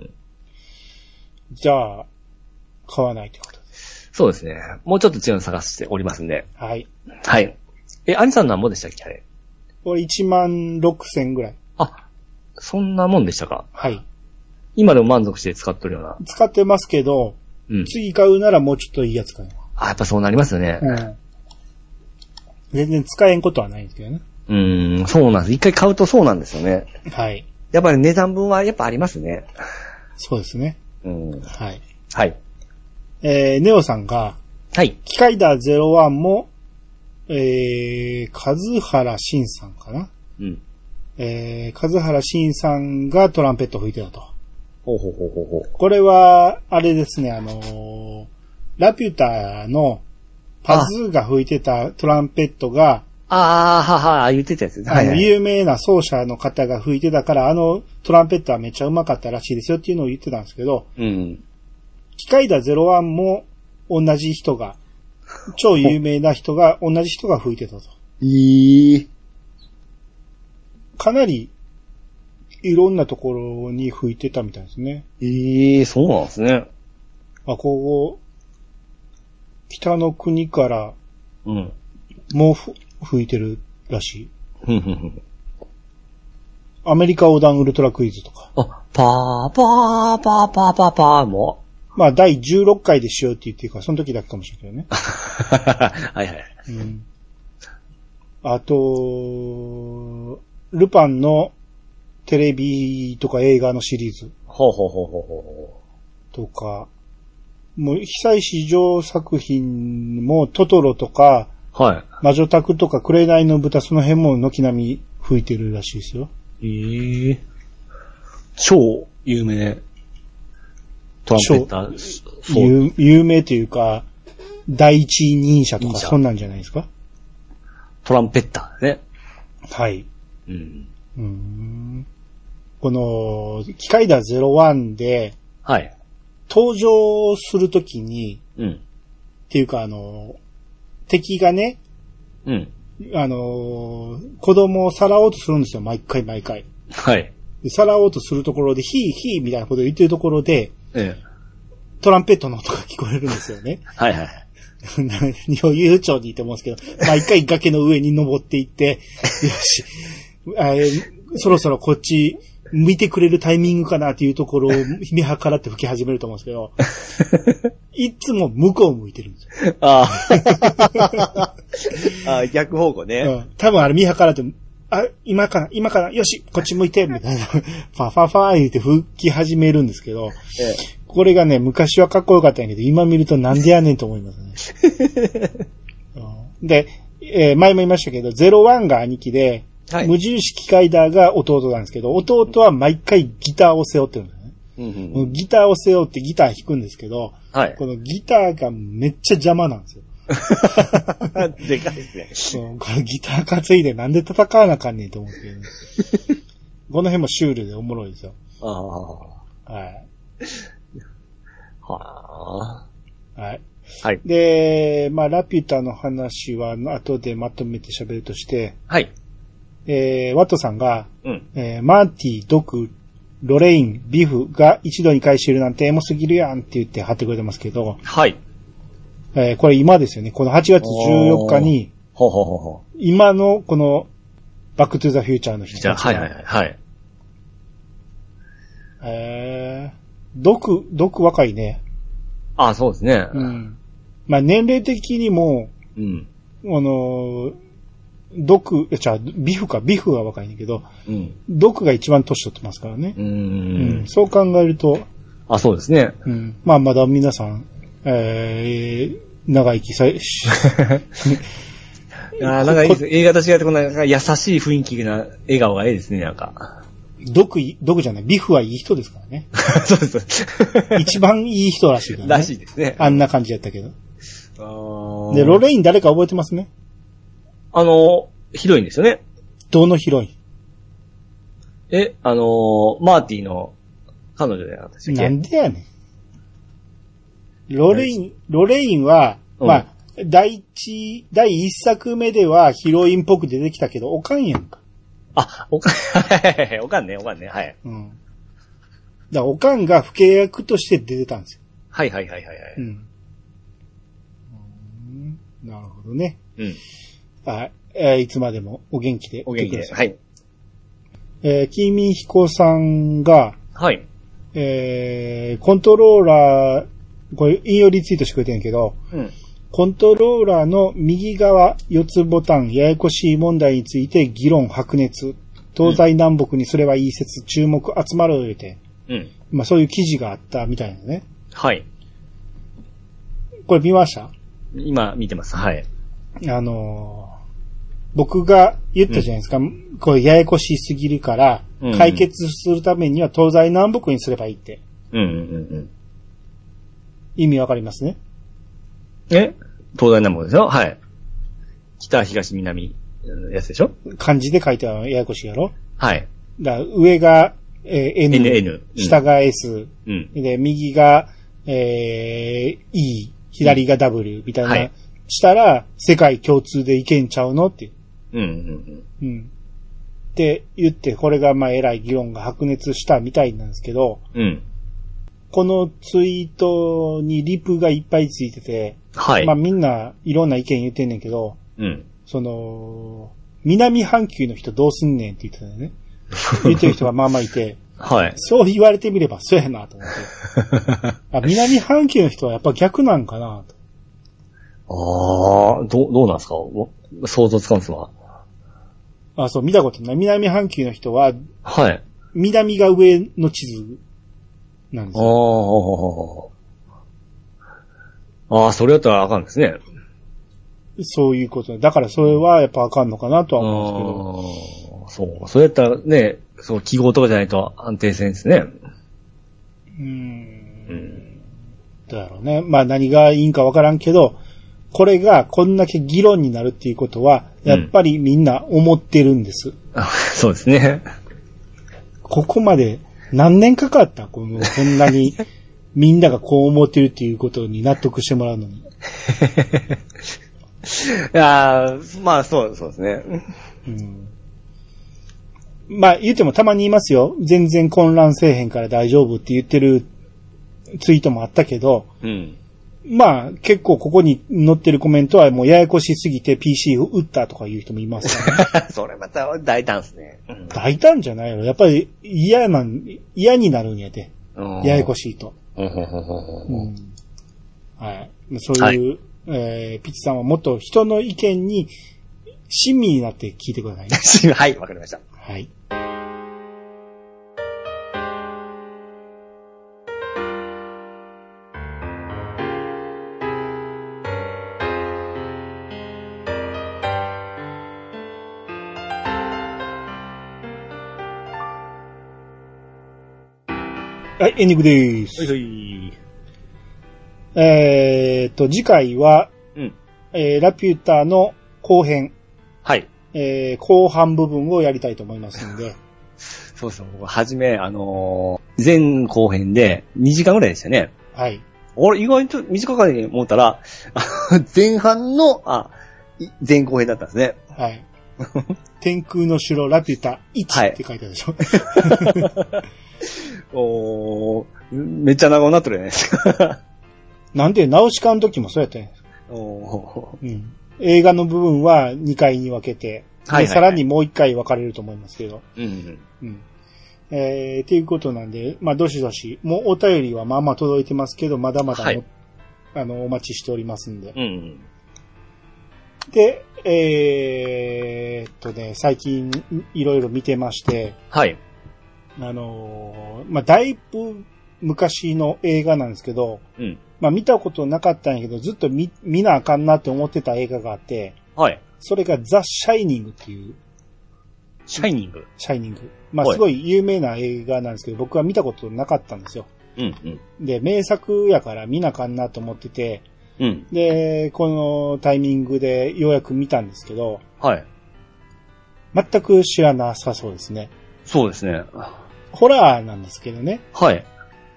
じゃあ、買わないってことです。 そうですね。もうちょっと違うの探しておりますんで。 はい。 はい。兄さん何もでしたっけあれ。 これ16,000ぐらい。 あ、そんなもんでしたか？ はい。 今でも満足して使ってるような。 使ってますけど、次買うならもうちょっといいやつ買う。 あ、やっぱそうなりますよね。 全然使えんことはないんですけどね。 そうなんです。一回買うとそうなんですよね。 はい。 やっぱり値段分はやっぱありますね。 そうですね。はい。 はい。 ネオさんが、 はい。 機械ダー01も、数原慎さんかな。数原慎さんがトランペットを吹いてたと。 ほう。 これは、あれですね、ラピュタのパズーが吹いてたトランペットが、 言ってたやつですね。 有名な奏者の方が吹いてたから、トランペットはめっちゃ上手かったらしいですよっていうのを言ってたんですけど、機械ダ01も同じ人が、超有名な人が、同じ人が吹いてたと。かなり、いろんなところに吹いてたみたいですね。 そうなんですね。 ここ、北の国から、もう吹いてるらしい。アメリカ横断ウルトラクイズとか。 パーも。 まあ、第16回でしようって言ってるから、その時だけかもしれないけどね。 はい。 あと、ルパンのテレビとか映画のシリーズ。とか、もう、久石譲作品もトトロとか、魔女宅とか紅の豚、その辺も軒並み吹いてるらしいですよ。 超有名。トランペッター。有名というか、第一人者とかそんなんじゃないですか？ トランペッターね。 はい。この、機械ダー01で、登場するときに、っていうか敵がね、子供をさらおうとするんですよ、毎回。でさらおうとするところで、ヒーみたいなことを言ってるところで、 トランペットの音が聞こえるんですよね。 はいはい。 悠長にいいと思うんですけど、毎回崖の上に登っていって、よし、そろそろこっち向いてくれるタイミングかなっていうところを見計らって吹き始めると思うんですけど、いつも向こう向いてるんですよ。 ああ、逆方向ね。 うん。多分あれ見計らって、今かな、よし、こっち向いて、みたいな、ファファファー言って吹き始めるんですけど、これがね、昔はかっこよかったんやけど、今見るとなんでやねんと思いますね。で、前も言いましたけど、01が兄貴で、はい、無印機械ダーが弟なんですけど、弟は毎回ギターを背負ってるんですね。ギターを背負ってギター弾くんですけど、はい、このギターがめっちゃ邪魔なんですよ。 でかいですね。 そう、このギター担いでなんで戦わなあかんねんと思ってる、ね。この辺もシュールでおもろいですよ。 ああ。 はい。 はあ。 はい。 はい。 で、まあ、ラピュタの話は後でまとめて喋るとして、 はい。 ワットさんが、 うん。 マーティ、ドク、ロレイン、ビフが一度に回収いるなんてエモすぎるやんって言って貼ってくれてますけど、 はい。 これ今ですよね。この8月14日に、今のこの、バックトゥザフューチャーの人たちが。 はいはいはい。 ドク若いね。 あ、そうですね。 うん。まあ年齢的にも、 うん。 ビフが若いんだけど、 うん。 ドクが一番年取ってますからね。うん。そう考えると。 あ、そうですね。 うん。まあまだ皆さん、長生きなんかいいです。映画と違ってこの優しい雰囲気な笑顔がいいですね、なんか。 ドクじゃない、ビフはいい人ですからね。 そうです。 一番いい人らしいからね。 らしいですね。 あんな感じやったけど。で、ロレイン誰か覚えてますね？ ヒロインですよね。 どのヒロイン？ マーティの彼女じゃなかったっけ？ なんでやねん。ロレインは、まあ、第一作目ではヒロインっぽく出てきたけど、おかんやんか。 あ、おかんね、はい。 うん。だからおかんが不契約として出てたんですよ。 はい。 うん。なるほどね。 うん。 いつまでもお元気で。 お元気で。はい。 キミヒコさんが、 はい。 コントローラー、これ引用リツイートしてくれてるんやけど、 うん。 コントローラーの右側4つボタン、ややこしい問題について議論白熱。東西南北にすればいい説、注目集まる言うて。 うん。 まあそういう記事があったみたいなね。 はい。 これ見ました？ 今見てます。はい。 僕が言ったじゃないですか。これややこしすぎるから、解決するためには東西南北にすればいいって。意味わかりますね？ 東西南北ですよ。はい。北、東、南、やつでしょ？ 漢字で書いてあるややこしいやろ？ はい。 だ上が、N、下が S、で、右が、E、左が W みたいな、はい、したら、世界共通でいけんちゃうのって。って言って、これがまあ、えらい議論が白熱したみたいなんですけど、このツイートにリプがいっぱいついてて、はい。まあみんないろんな意見言ってんねんけど、南半球の人どうすんねんって言ってたよね。言ってる人がまあまあいて、はい。そう言われてみればそうやなと思って。南半球の人はやっぱ逆なんかなと。どうなんですか？想像つかんすわ。 そう、見たことない。南半球の人は、 はい。 南が上の地図なんですよ。 それだったらあかんですね。 そういうこと。だからそれはやっぱあかんのかなとは思うんですけど。 そう。それやったらね、そう、記号とかじゃないと安定せんですね。 どうやろうね。まあ何がいいんかわからんけど、これがこんだけ議論になるっていうことは、やっぱりみんな思ってるんです。 そうですね。 ここまで何年かかったこんなにみんながこう思ってるっていうことに納得してもらうのに。 まあそうですね。 まあ言ってもたまに言いますよ。全然混乱せえへんから大丈夫って言ってるツイートもあったけど、 うん。 まあ、結構ここに載ってるコメントはもうややこしすぎて PC を打ったとかいう人もいますからね。 それまた大胆ですね。うん、 大胆じゃないよ。やっぱり嫌になるんやで。ややこしいと。はい。そういう、はい、ピチさんはもっと人の意見に親身になって聞いてくださいね。 はい、わかりました。 はい。はい、エンディングでーす。 はい。 次回は、 うん。 ラピュタの後編。 はい。 後半部分をやりたいと思いますので。 そうそう、僕はじめ、前後編で2時間ぐらいでしたね。 はい。 俺、意外と短かったと思ったら、前半の、前後編だったんですね。 はい。天空の城ラピュタ1って書いてあるでしょ。 めっちゃ長くなってるじゃないですか。 なんで、ナウシカの時もそうやったんや。うん。映画の部分は2回に分けて、はいはいはい、さらにもう1回分かれると思いますけど。 うんうん。 っていうことなんで、まあ、どしどし、もうお便りはまあまあ届いてますけど、まだまだ、はい、お待ちしておりますんで。 うんうん、 で、最近いろいろ見てまして、 はい。 まあ、だいぶ昔の映画なんですけど、 うん。 まあ、見たことなかったんやけど、ずっと見なあかんなって思ってた映画があって、 はい。 それがザ・シャイニングっていう。 シャイニング。 まあ、すごい有名な映画なんですけど、僕は見たことなかったんですよ。 うんうん。 で、名作やから見なあかんなと思ってて、 うん。 で、このタイミングでようやく見たんですけど、 はい。 全く知らなさそうですね。 そうですね。 ホラーなんですけどね。 はい。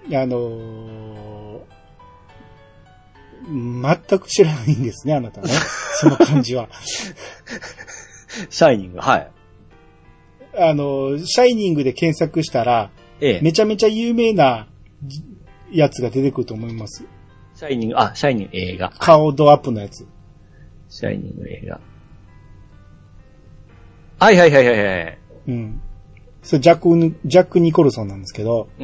全く知らないんですね、あなたね。その感じは。 シャイニング、はい。 シャイニングで検索したら、めちゃめちゃ有名なやつが出てくると思います。 シャイニング映画。 顔ドアップのやつ。 シャイニング映画。はいはいはいはいはい。 うん。それジャック・ニコルソンなんですけど、 うん。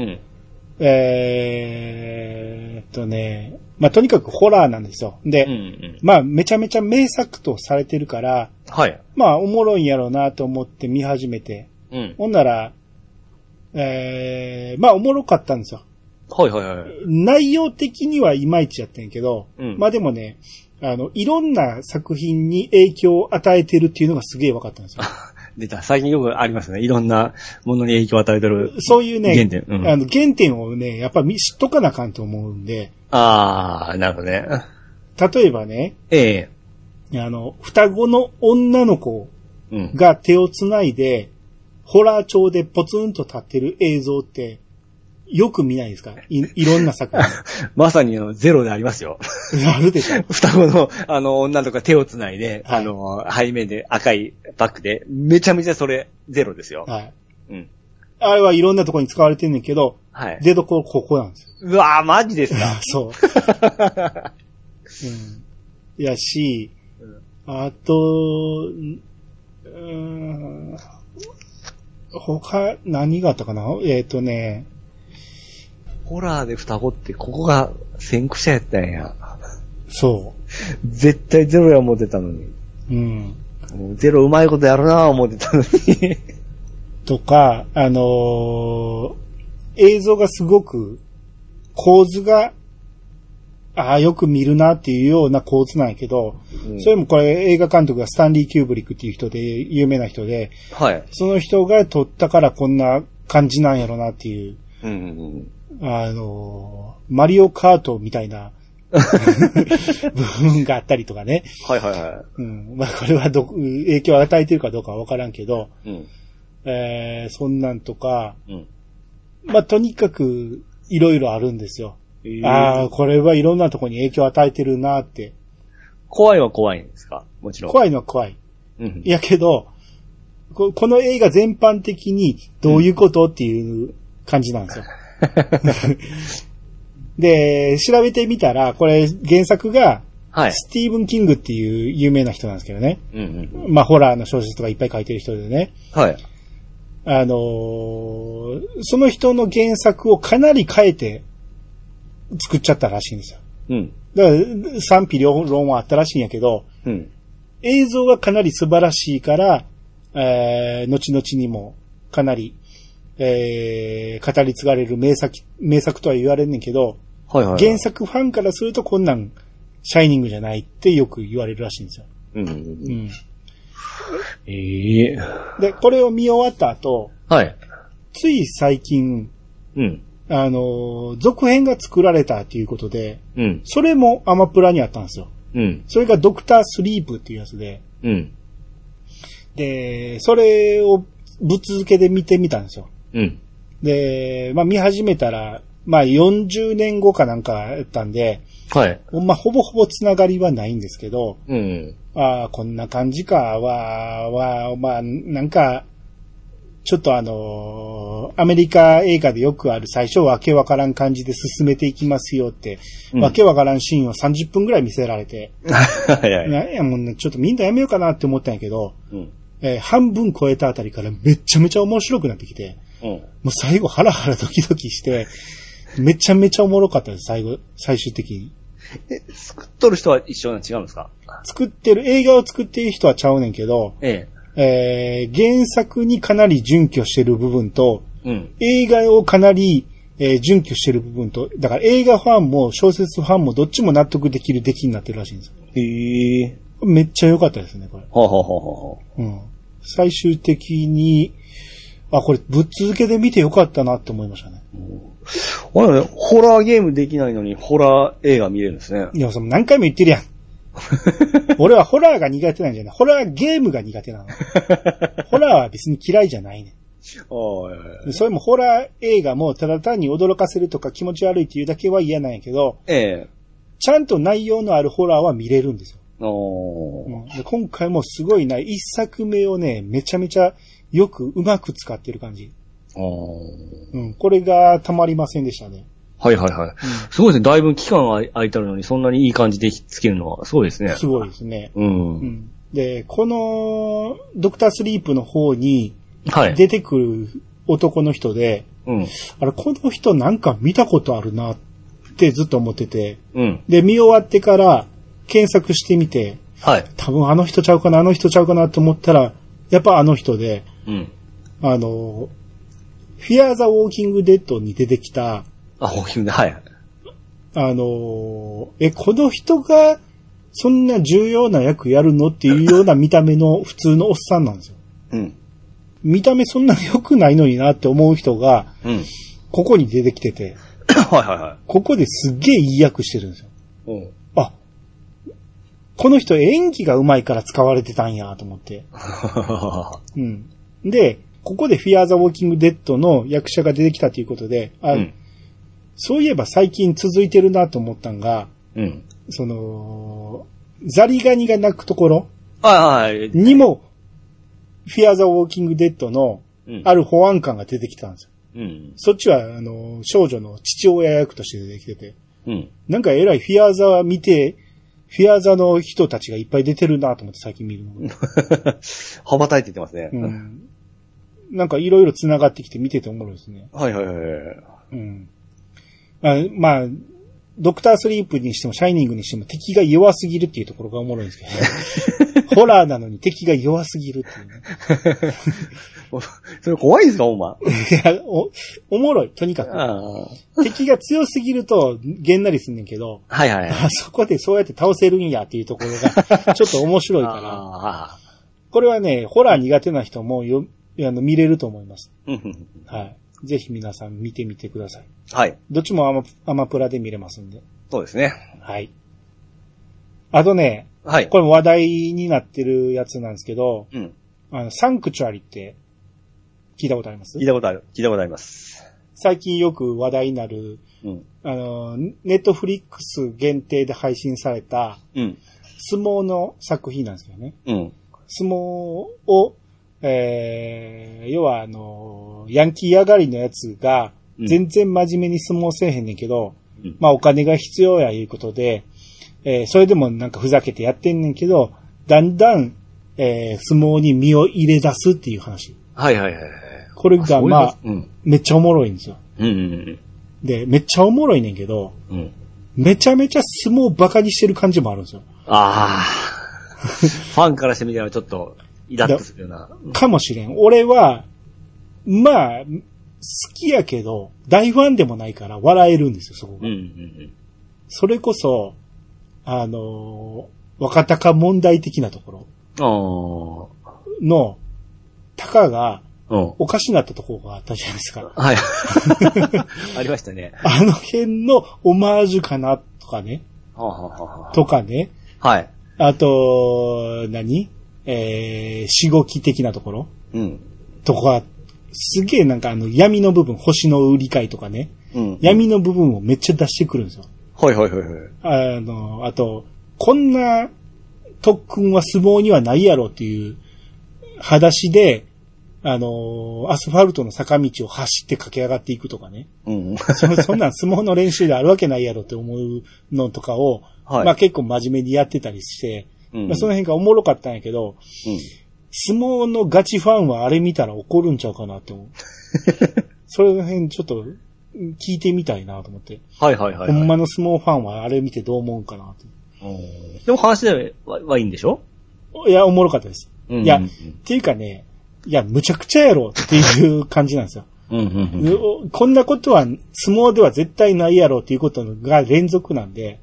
まあ、とにかくホラーなんですよ。で、 うんうん、まあ、めちゃめちゃ名作とされてるから、 はい。 まあ、おもろいんやろうなと思って見始めて、 うん。 ほんなら、まあ、おもろかったんですよ。 はいはいはい。 内容的にはいまいちやったんやけど、 うん、 まあでもね、いろんな作品に影響を与えてるっていうのがすげえ分かったんですよ。 出た。最近よくありますね。いろんなものに影響を与えてる。 そういうね、 原点。うん、 原点をね、やっぱ知っとかなあかんと思うんで。 ああ、なるほどね。 例えばね、 双子の女の子が手をつないで、ホラー調でポツンと立ってる映像って、よく見ないですか？いろんな作品。 まさにゼロでありますよ。 あるでしょ。 双子の女とか手をつないで、はい、背面で赤いバックで、めちゃめちゃそれゼロですよ。 はい。 うん。 あれはいろんなところに使われてんねんけど、 はい。 出どころここなんですよ。 うわぁ、マジですか？ そう。うん。やし、あと、他、何があったかな？ ホラーで双子ってここが先駆者やったんや。 そう。 絶対ゼロや思ってたのに。 うん。 ゼロうまいことやるなぁ思ってたのに。 とか、映像がすごく構図が、よく見るなっていうような構図なんやけど、うん、それもこれ映画監督がスタンリー・キューブリックっていう人で、有名な人で、 はい。 その人が撮ったからこんな感じなんやろなっていう、 うんうんうん、マリオカートみたいな部分があったりとかね。 はいはいはい。 うん。まあこれは影響を与えてるかどうかはわからんけど、 うん、 そんなんとか、 うん、 まあとにかくいろいろあるんですよ。これはいろんなところに影響を与えてるなって。 怖いは怖いんですか？もちろん。 怖いのは怖い。 うん。 いやけど、この映画全般的にどういうことっていう感じなんですよ。 で、調べてみたら、これ原作が、 はい。 スティーブン・キングっていう有名な人なんですけどね。 うんうん。 まあ、ホラーの小説とかいっぱい書いてる人でね。 はい。 その人の原作をかなり変えて作っちゃったらしいんですよ。 うん。 だから賛否両論はあったらしいんやけど、 うん。 映像がかなり素晴らしいから、後々にもかなり、語り継がれる名作とは言われんねんけど、 はいはい。 原作ファンからするとこんなん、シャイニングじゃないってよく言われるらしいんですよ。 うん。 うんええで、これを見終わった後、 はい。 つい最近、 うん。 続編が作られたということで、 うん。 それもアマプラにあったんですよ。 うん。 それがドクタースリープっていうやつで、 うん。 で、それをぶっ続けで見てみたんですよ。 うん。 で、まあ見始めたら、まあ40年後かなんかやったんで、 はい。 まあほぼほぼつながりはないんですけど、 うん。 ああ、こんな感じか、まあ、なんか、ちょっとアメリカ映画でよくある最初わけわからん感じで進めていきますよって、 うんわけわからんシーンを30分くらい見せられて、 はいはい。 なんやもうね、ちょっとみんなやめようかなって思ったんやけど、 うん。 半分超えたあたりからめちゃめちゃ面白くなってきて、 うん。 もう最後ハラハラドキドキして、めちゃめちゃおもろかったです、最終的に。 作っとる人は一緒なん違うんですか？ 映画を作っている人はちゃうねんけど、 え原作にかなり準拠してる部分と、 え。うん。 映画をかなり、準拠してる部分と、だから映画ファンも小説ファンもどっちも納得できる出来になってるらしいんですよ。 へえ。 めっちゃ良かったですね、これ。 はあ、はあはあはあ、 うん。最終的に、これぶっ続けで見てよかったなって思いましたね。 あれね、ホラーゲームできないのにホラー映画見れるんですね。 いや、その何回も言ってるやん。俺はホラーが苦手なんじゃない。ホラーゲームが苦手なの。ホラーは別に嫌いじゃないね。それもホラー映画もただ単に驚かせるとか気持ち悪いっていうだけは嫌なんやけど、 ええ。 ちゃんと内容のあるホラーは見れるんですよ。 おで今回もすごいな、一作目をね、めちゃめちゃよくうまく使ってる感じ。これがたまりませんでしたね。 はいはいはい。すごいですね。だいぶ期間が空いてるのにそんなにいい感じでつけるのはすごいですね。 すごいですね。で、このドクタースリープの方に出てくる男の人で、あれ、この人なんか見たことあるなってずっと思ってて、で、見終わってから検索してみて、多分あの人ちゃうかなと思ったら、やっぱあの人で、フィアーザ・ウォーキング・デッドに出てきた、 ウォーキングはい。 この人がそんな重要な役やるのっていうような見た目の普通のおっさんなんですよ。見た目そんな良くないのになって思う人が、ここに出てきてて、ここですっげえいい役してるんですよ。この人演技が上手いから使われてたんやと思って。で、ここでフィアーザ・ウォーキング・デッドの役者が出てきたということで、そういえば最近続いてるなと思ったんが、ザリガニが鳴くところにも、フィアーザ・ウォーキング・デッドのある保安官が出てきたんですよ。そっちは、少女の父親役として出てきてて、なんか偉いフィアーザ見て、フィアーザの人たちがいっぱい出てるなと思って最近見るの。 羽ばたいていってますね。 なんかいろいろ繋がってきて見てておもろいですね。まあ、ドクタースリープにしてもシャイニングにしても敵が弱すぎるっていうところがおもろいんですけど、ね、ホラーなのに敵が弱すぎるっていうね。 それ怖いですか、お前。 いや、おもろい、とにかく。敵が強すぎるとげんなりすんねんけど、そこでそうやって倒せるんやっていうところがちょっと面白いから、これはね、ホラー苦手な人も見れると思います。ぜひ皆さん見てみてください。どっちもアマプラで見れますんで。 そうですね。 あとね、これも話題になってるやつなんですけど、サンクチュアリって聞いたことあります？ 聞いたことあります。 最近よく話題になる、ネットフリックス限定で配信された、相撲の作品なんですけどね。相撲を、要はヤンキー上がりのやつが、全然真面目に相撲せえへんねんけど、 まあお金が必要やいうことで、それでもなんかふざけてやってんねんけど、だんだん、相撲に身を入れ出すっていう話。 はいはいはい。 これがまあ、めっちゃおもろいんですよ。 うんうんうん。 で、めっちゃおもろいねんけど、 うん、 めちゃめちゃ相撲をバカにしてる感じもあるんですよ。 ああ。ファンからしてみたらちょっと、イラッとするような。 かもしれん。俺は、まあ、好きやけど、大ファンでもないから笑えるんですよ、そこが。それこそ、若鷹問題的なところの、タカが、おかしなったところがあったじゃないですか。 はい。ありましたね。 あの辺のオマージュかなとかね。とかね。 はい。 あと、しごき的なところ。 うん。 とか、すげえなんか闇の部分、星の売り買いとかね。 うん。 闇の部分をめっちゃ出してくるんですよ。 はいはいはいはい。 あと、こんな特訓は相撲にはないやろっていう、裸足で、アスファルトの坂道を走って駆け上がっていくとかね。 うん。 そんなん相撲の練習であるわけないやろって思うのとかを、はい、まあ結構真面目にやってたりして、まあその辺がおもろかったんやけど、相撲のガチファンはあれ見たら怒るんちゃうかなって思う。それの辺ちょっと聞いてみたいなと思って。 はいはいはい、はい。 ほんまの相撲ファンはあれ見てどう思うかなって。 でも話ではいいんでしょ？ いや、おもろかったです。いや、っていうかね、いや、むちゃくちゃやろっていう感じなんですよ。こんなことは相撲では絶対ないやろっていうことが連続なんで、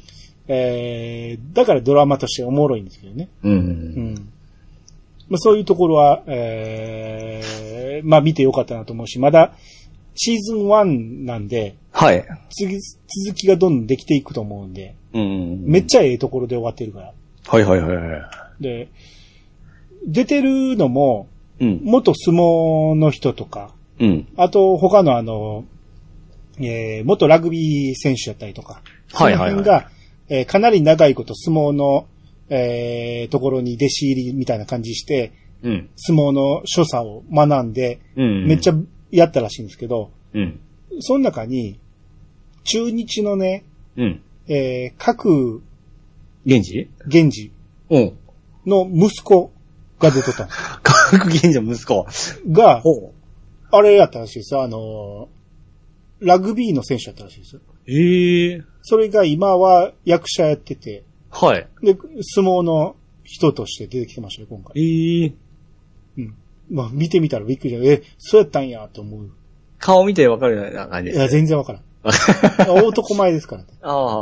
だからドラマとしておもろいんですけどね。まあ、そういうところは、まあ見てよかったなと思うし、まだシーズン1なんで、 はい。 続きがどんどんできていくと思うんで、めっちゃええところで終わってるから。 はいはいはいはい。 で、出てるのも、元相撲の人とか、あと他の元ラグビー選手だったりとか、その辺が、かなり長いこと相撲の、ところに弟子入りみたいな感じして、相撲の所作を学んで、めっちゃやったらしいんですけど、その中に、中日のね、各源氏の息子が出とったんですよ。 各源氏の息子が、あれやったらしいですよ。ラグビーの選手やったらしいですよ。それが今は役者やってて、 はい。 で、相撲の人として出てきてましたよ、今回。まあ、見てみたらびっくりした。そうやったんや、と思う。 顔見てわかるような感じです、ね。 いや、全然わからん。男前ですからね。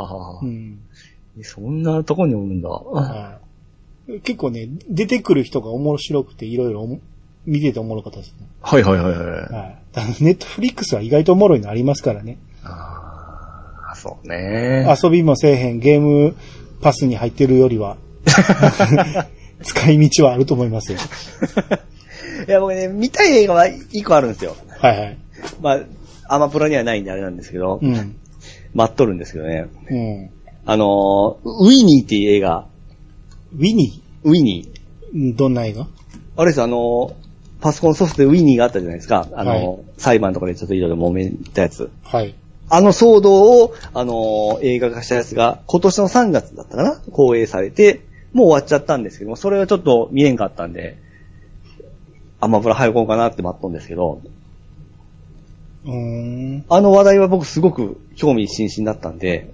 そんなとこにおるんだ。 結構ね、出てくる人が面白くて、いろいろ見てておもろかったですね。 はい。 ネットフリックスは意外とおもろいのありますからね。 そうね。 遊びもせえへんゲームパスに入ってるよりは、使い道はあると思いますよ。 いや、僕ね、見たい映画は一個あるんですよ。 はいはい。 まあ、アマプラにはないんであれなんですけど、待っとるんですけどね。ウィニーっていう映画。 ウィニーどんな映画？ あれです、パソコンソフトでウィニーがあったじゃないですか。裁判とかでちょっといろいろ揉めたやつ。 はい。 騒動を、映画化したやつが、今年の3月だったかな？放映されて、もう終わっちゃったんですけども、それはちょっと見れんかったんで、アマプラ入ろうかなって待っとんですけど、あの話題は僕すごく興味津々だったんで、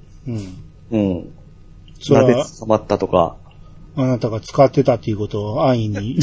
なぜ捕まったとか、 あなたが使ってたっていうことを安易に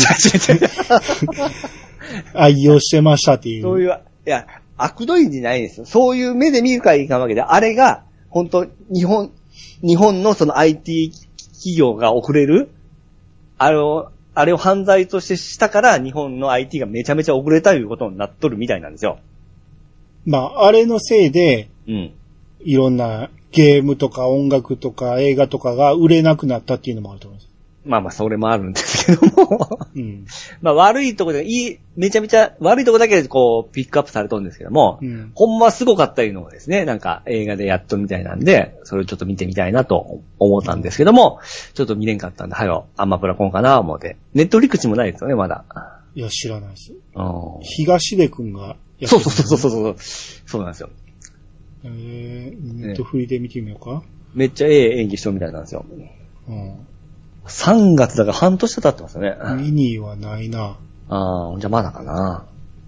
愛用してましたっていう。 そういう、いや、悪どいんじゃないですよ。そういう目で見るからいかんわけで、あれが、本当日本のその IT 企業が遅れる、あれを犯罪としてしたから、日本の IT がめちゃめちゃ遅れたということになっとるみたいなんですよ。 まあ、あれのせいで、いろんなゲームとか音楽とか映画とかが売れなくなったっていうのもあると思います。 まあ、それもあるんですけども。まあ、悪いとこで、めちゃめちゃ悪いとこだけでこう、ピックアップされとるんですけども、ほんますごかったいうのをですね、なんか映画でやっとるみたいなんで、それをちょっと見てみたいなと思ったんですけども、ちょっと見れんかったんで、アマプラコンかな思って。ネットフリックスもないですよね、まだ。 いや、知らないです。東出くんが、 そうなんですよ。 ネットフリで見てみようか。 めっちゃええ演技しとるみたいなんですよ。 うん。 3月だから半年経ってますよね。 ミニはないな。 ああ、じゃあまだかな。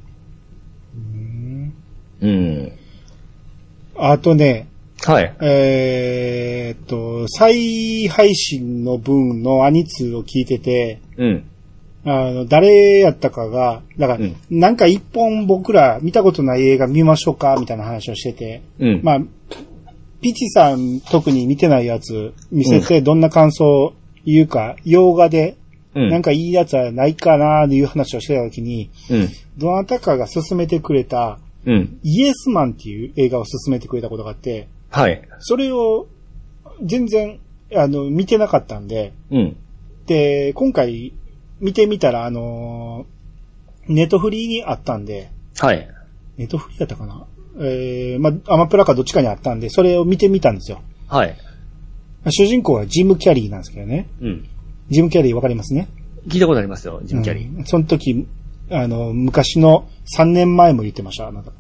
うん。あとね、 はい。 再配信の分のアニツーを聞いてて、 うん。 誰やったかが、だから、なんか一本僕ら見たことない映画見ましょうかみたいな話をしてて、 うん。 まあ、ピチさん特に見てないやつ見せてどんな感想言うか、洋画で、なんかいいやつはないかなーいう話をしてた時に、どなたかが勧めてくれた、イエスマンっていう映画を勧めてくれたことがあって、 はい。 それを全然、見てなかったんで、で、今回見てみたら、ネットフリーにあったんで、 はい。 ネットフリーだったかなまあ、アマプラかどっちかにあったんで、それを見てみたんですよ。 はい。 主人公はジム・キャリーなんですけどね。ジム・キャリーわかりますね？ 聞いたことありますよ、ジム・キャリー。 その時、昔の3年前も言ってました、あなた。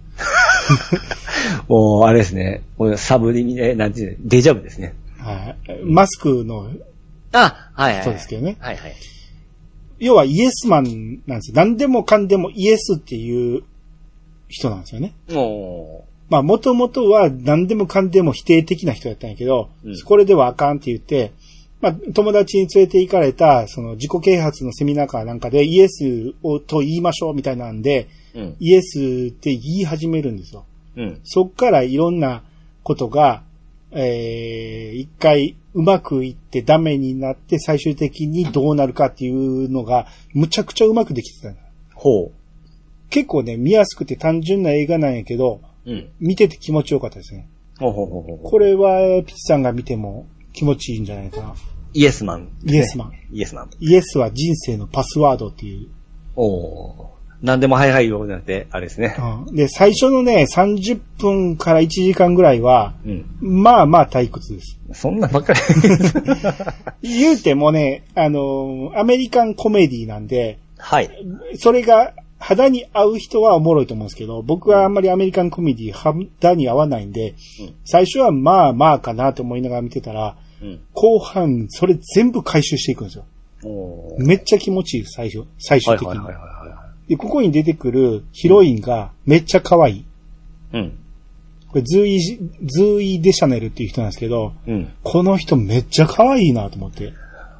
もう、あれですね。サブリミね、なんていう、デジャブですね。 はい。マスクの、 はいはい。 そうですけどね。 はいはい。 要はイエスマンなんですよ。何でもかんでもイエスっていう人なんですよね。まあ、もともとは何でもかんでも否定的な人だったんやけど、これではあかんって言って、まあ、友達に連れて行かれた、その自己啓発のセミナーかなんかでイエスと言いましょうみたいなんで、イエスって言い始めるんですよ。そっからいろんなことが、一回うまくいってダメになって最終的にどうなるかっていうのがむちゃくちゃうまくできてた。結構ね、見やすくて単純な映画なんやけど、見てて気持ちよかったですね。これはピッチさんが見ても気持ちいいんじゃないかな。 イエスマン、ね。 イエスマン。 イエスマン。 イエスは人生のパスワードっていう。 なんでもはいはいよ、なんて、あれですね。 で、最初のね、30分から1時間ぐらいは、まあまあ退屈です。 そんなばっかり言うてもね、アメリカンコメディなんで、 はい。 それが肌に合う人はおもろいと思うんですけど、僕はあんまりアメリカンコメディ肌に合わないんで、最初はまあまあかなと思いながら見てたら、後半それ全部回収していくんですよ。めっちゃ気持ちいい、最終的に。で、ここに出てくるヒロインがめっちゃ可愛い。これズーイ・デシャネルっていう人なんですけど、この人めっちゃ可愛いなと思って。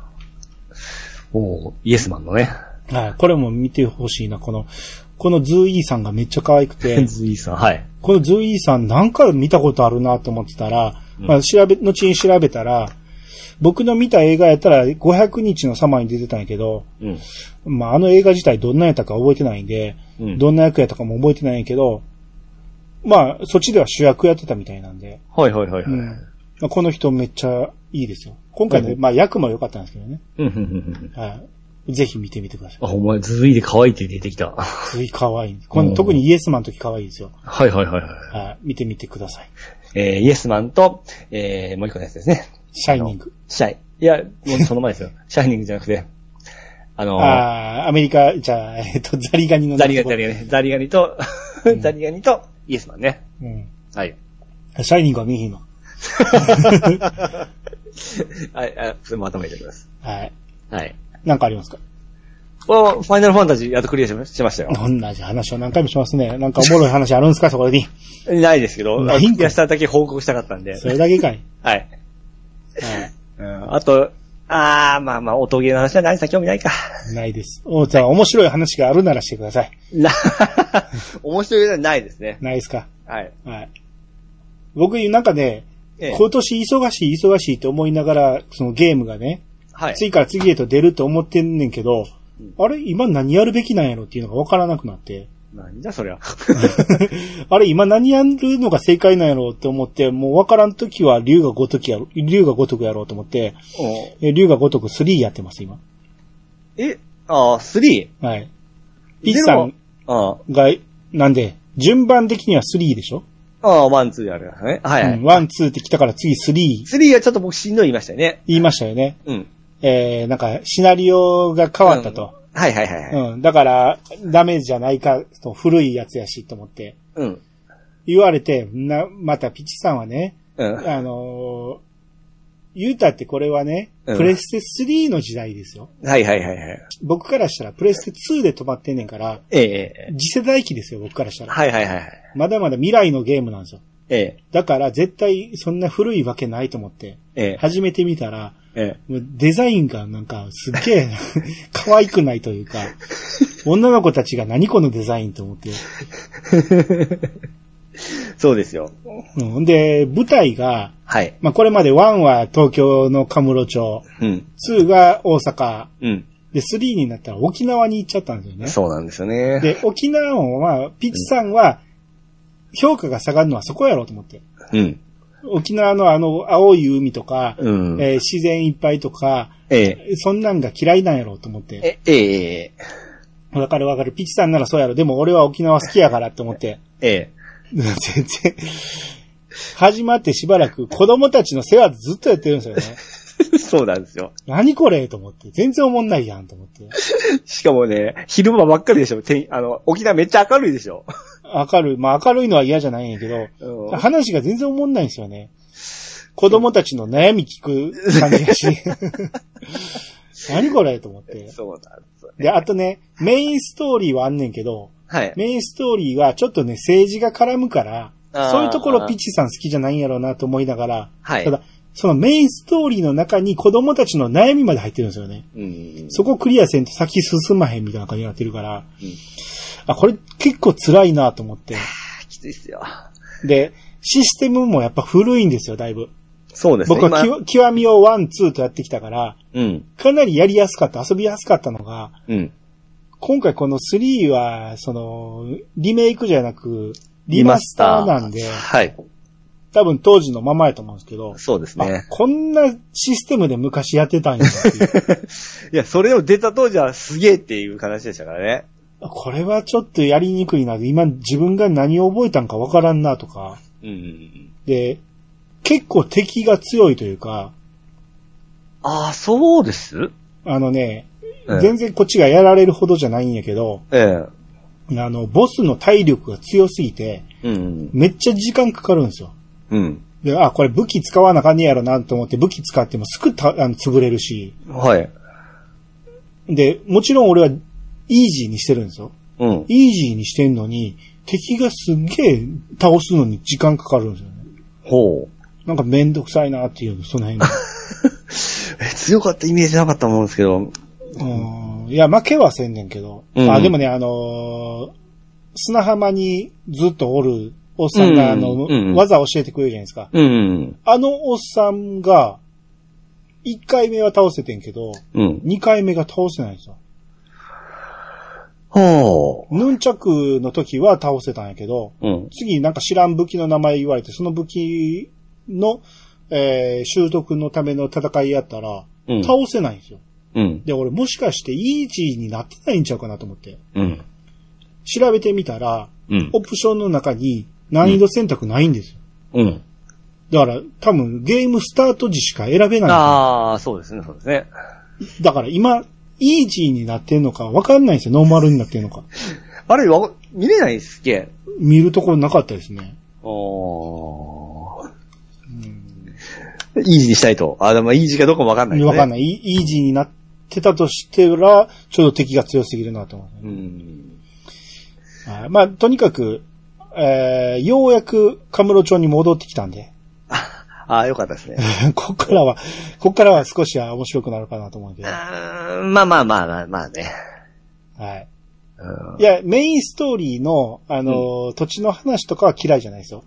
イエスマンのね。 はい、これも見てほしいな。このズーイーさんがめっちゃ可愛くて。 ズーイーさん、はい。 このズーイーさんなんか見たことあるなと思ってたら、まあ後に調べたら、僕の見た映画やったら500日のサマーに出てたんやけど、まあ映画自体どんなやったか覚えてないんで、どんな役やったかも覚えてないんやけど、まあそっちでは主役やってたみたいなんで。この人めっちゃいいですよ。今回ね、まあ役も良かったんですけどね。ぜひ見てみてください。 お前ズーイで可愛いって出てきた。 ズーイ可愛い。特にイエスマンの時可愛いですよ。見てみてください。 イエスマンと、もう一個のやつですね。 シャイニング。 いや、もうその前ですよ。シャイニングじゃなくて、 アメリカ、じゃあ、ザリガニの。 ザリガニと、イエスマンね。はい。 シャイニングは見えへんの。 はい、それまとめてください。はい。 なんかありますか？ ファイナルファンタジーやっとクリアしましたよ。 同じ話を何回もしますね。なんかおもろい話あるんですかそこに。 ないですけど、クリアしただけ報告したかったんで。 それだけかい。 はい。あと、まあ、音ゲーの話は何さ興味ないか。 ないです。じゃあ、面白い話があるならしてください。 面白いのはないですね。 ないですか。 はい。 僕、なんかね、今年忙しいって思いながら、そのゲームがね、次から次へと出ると思ってんねんけど、あれ今何やるべきなんやろっていうのが分からなくなって。 何だそりゃ。 あれ今何やるのが正解なんやろって思って、もう分からんときは竜が如くやろうと思って、竜が如く3やってます、今。 3？ はい。ピッさんが、なんで、順番的には3でしょ 1、2あるからね。はい。 1、2って来たから次3。 3はちょっと僕しんどい言いましたよね。 言いましたよね。なんか、シナリオが変わったと。だから、ダメじゃないか、古いやつやし、と思って。 言われて、またピチさんはね、 うん。 言うたってこれはね、 うんプレステ3の時代ですよ。 はいはいはいはい。 僕からしたらプレステ2で止まってんねんから、 ええ。 次世代機ですよ、僕からしたら。 はいはいはいはい。 まだまだ未来のゲームなんですよ。 ええ。 だから絶対そんな古いわけないと思って、 ええ。 始めてみたら、 ええ。 もうデザインがなんかすっげえ可愛くないというか、女の子たちが何このデザインと思って。 そうですよ。 うん、で、舞台が、 はい。 まあこれまで1は東京のカムロ町、 うん。 2が大阪、 うん。 で、3になったら沖縄に行っちゃったんですよね。 そうなんですよね。 で、沖縄は、ピッチさんは、評価が下がるのはそこやろうと思って。 うん。 沖縄の青い海とか、 うん。 自然いっぱいとか、そんなんが嫌いなんやろうと思って。わかるわかる。ピッチさんならそうやろ。でも俺は沖縄好きやからって思って。全然、始まってしばらく子供たちの世話ずっとやってるんですよね。 そうなんですよ。 何これと思って。全然おもんないやんと思って。 しかもね、昼間ばっかりでしょ。沖縄めっちゃ明るいでしょ。 明るい。まあ明るいのは嫌じゃないんやけど、話が全然おもんないんですよね。子供たちの悩み聞く感じがし。何これと思って。 そうなんですよ、 ね。で、あとね、メインストーリーはあんねんけど、 はい。 メインストーリーはちょっとね、政治が絡むから、そういうところピッチさん好きじゃないんやろうなと思いながら、 はい。ただ、 そのメインストーリーの中に子供たちの悩みまで入ってるんですよね。そこクリアせんと先進まへんみたいな感じになってるから、これ結構辛いなと思って。 きついっすよ。 で、システムもやっぱ古いんですよ、だいぶ。 そうですね。 僕は極みを1、2とやってきたから、かなりやりやすかった、遊びやすかったのが、今回この3は、リメイクじゃなく、リマスターなんで、 はい。 多分当時のままやと思うんですけど、 そうですね。 こんなシステムで昔やってたんやっていう。 いや、それでも出た当時はすげえっていう話でしたからね。 これはちょっとやりにくいな。今自分が何を覚えたんかわからんなとか。で、結構敵が強いというか。 ああ、そうです？ 全然こっちがやられるほどじゃないんやけど、ボスの体力が強すぎて、めっちゃ時間かかるんですよ。で、これ武器使わなあかんねやろなと思って武器使ってもすぐ潰れるし。 はい。 で、もちろん俺はイージーにしてるんですよ。イージーにしてんのに、敵がすっげえ倒すのに時間かかるんですよね。 ほう。 なんかめんどくさいなっていう、その辺が。 強かったイメージなかったと思うんですけど。 いや、負けはせんねんけど。でもね、砂浜にずっとおるおっさんが、技教えてくれるじゃないですか。あのおっさんが、1回目は倒せてんけど、2回目が倒せないんですよ。ヌンチャクの時は倒せたんやけど、次なんか知らん武器の名前言われて、その武器の、習得のための戦いやったら、倒せないんですよ。で、俺もしかしてイージーになってないんちゃうかなと思って。調べてみたら、オプションの中に難易度選択ないんですよ。だから多分ゲームスタート時しか選べない。 ああ、そうですね、そうですね。 だから今、イージーになってんのか分かんないんですよ。ノーマルになってんのか。 あれ、見れないっすっけ？ 見るところなかったですね。 イージーにしたいと。でもイージーかどうかも分かんないですね。 分かんない。イージーになってたとしてら、ちょうど敵が強すぎるなと思う。まあ、とにかく、ようやくカムロ町に戻ってきたんで。 よかったですね。 こっからは少しは面白くなるかなと思うけど。 まあね。 はい。いや、メインストーリーの、土地の話とかは嫌いじゃないですよ。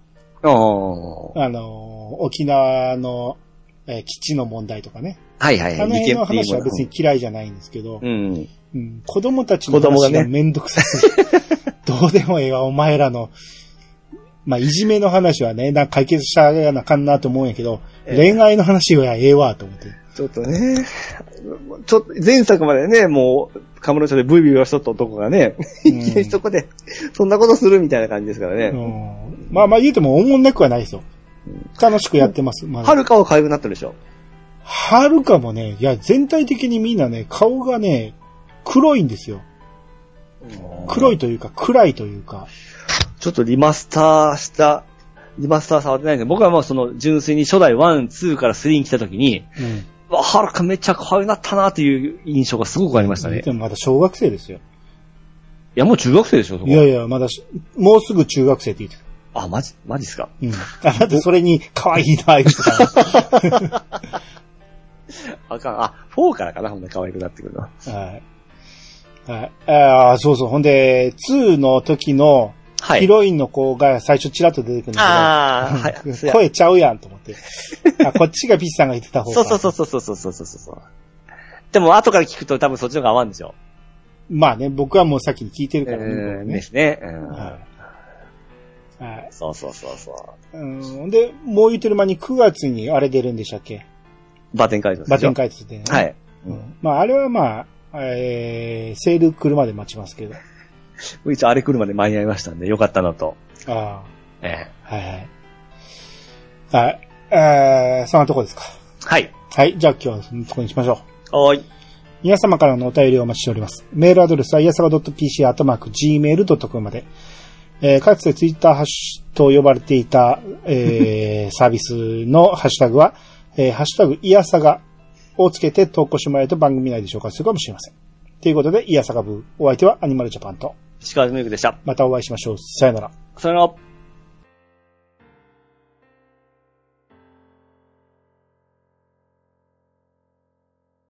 沖縄の、基地の問題とかね。はいはいはい。あの辺の話は別に嫌いじゃないんですけど、子供たちの話がめんどくさすぎる。どうでもええわ、お前らの。まあ、いじめの話はね、解決したらなあかんなと思うんやけど、恋愛の話はええわ、と思って。 ちょっとね、前作までね、もう、カムロ町でブイブイはしとった男がね、そこで、そんなことするみたいな感じですからね。 まあ言うても思んなくはないですよ。楽しくやってます。 はるかは可愛くなってるでしょ。 はるかもね、いや、全体的にみんなね、顔がね、黒いんですよ。黒いというか、暗いというか。 ちょっとリマスター触ってないけど、僕はもうその純粋に初代1、2から3に来た時に、はるかめっちゃ可愛くなったなっていう印象がすごくありましたね。 でもまだ小学生ですよ。 いや、もう中学生でしょ、そこ。 いやいや、まだもうすぐ中学生って言ってた。 あ、マジっすか。 だってそれに可愛いな、言ってたら。 あかん。4からかな、ほんで可愛くなってくるの。 はい。そうそう。ほんで、2の時の、ヒロインの子が最初チラッと出てくるんだけど、声ちゃうやんと思って。こっちがピッチさんが言ってた方が。 そう。でも後から聞くと多分そっちの方が合わんでしょ。 まあね、僕はもう先に聞いてるからね。ですね。 はい。 そう。 で、もう言ってる間に9月にあれ出るんでしたっけ？ バテン解説。 バテン解説でね。 はい。 まああれはまあ、セール来るまで待ちますけど。 一応あれ来るまで間に合いましたんで、よかったなと。 はい。そんなとこですか。 はい。 はい。じゃあ今日はそのとこにしましょう。 はい。 皆様からのお便りをお待ちしております。メールアドレスは、いやさが .pc@gmail.com まで。かつてツイッターハッシュと呼ばれていた、サービスのハッシュタグは、ハッシュタグ、いやさがをつけて投稿してもらえると番組内で紹介するかもしれません。ということで、いやさがブー。お相手はアニマルジャパンと。 石川ミルクでした。 またお会いしましょう。さよなら。 さよなら。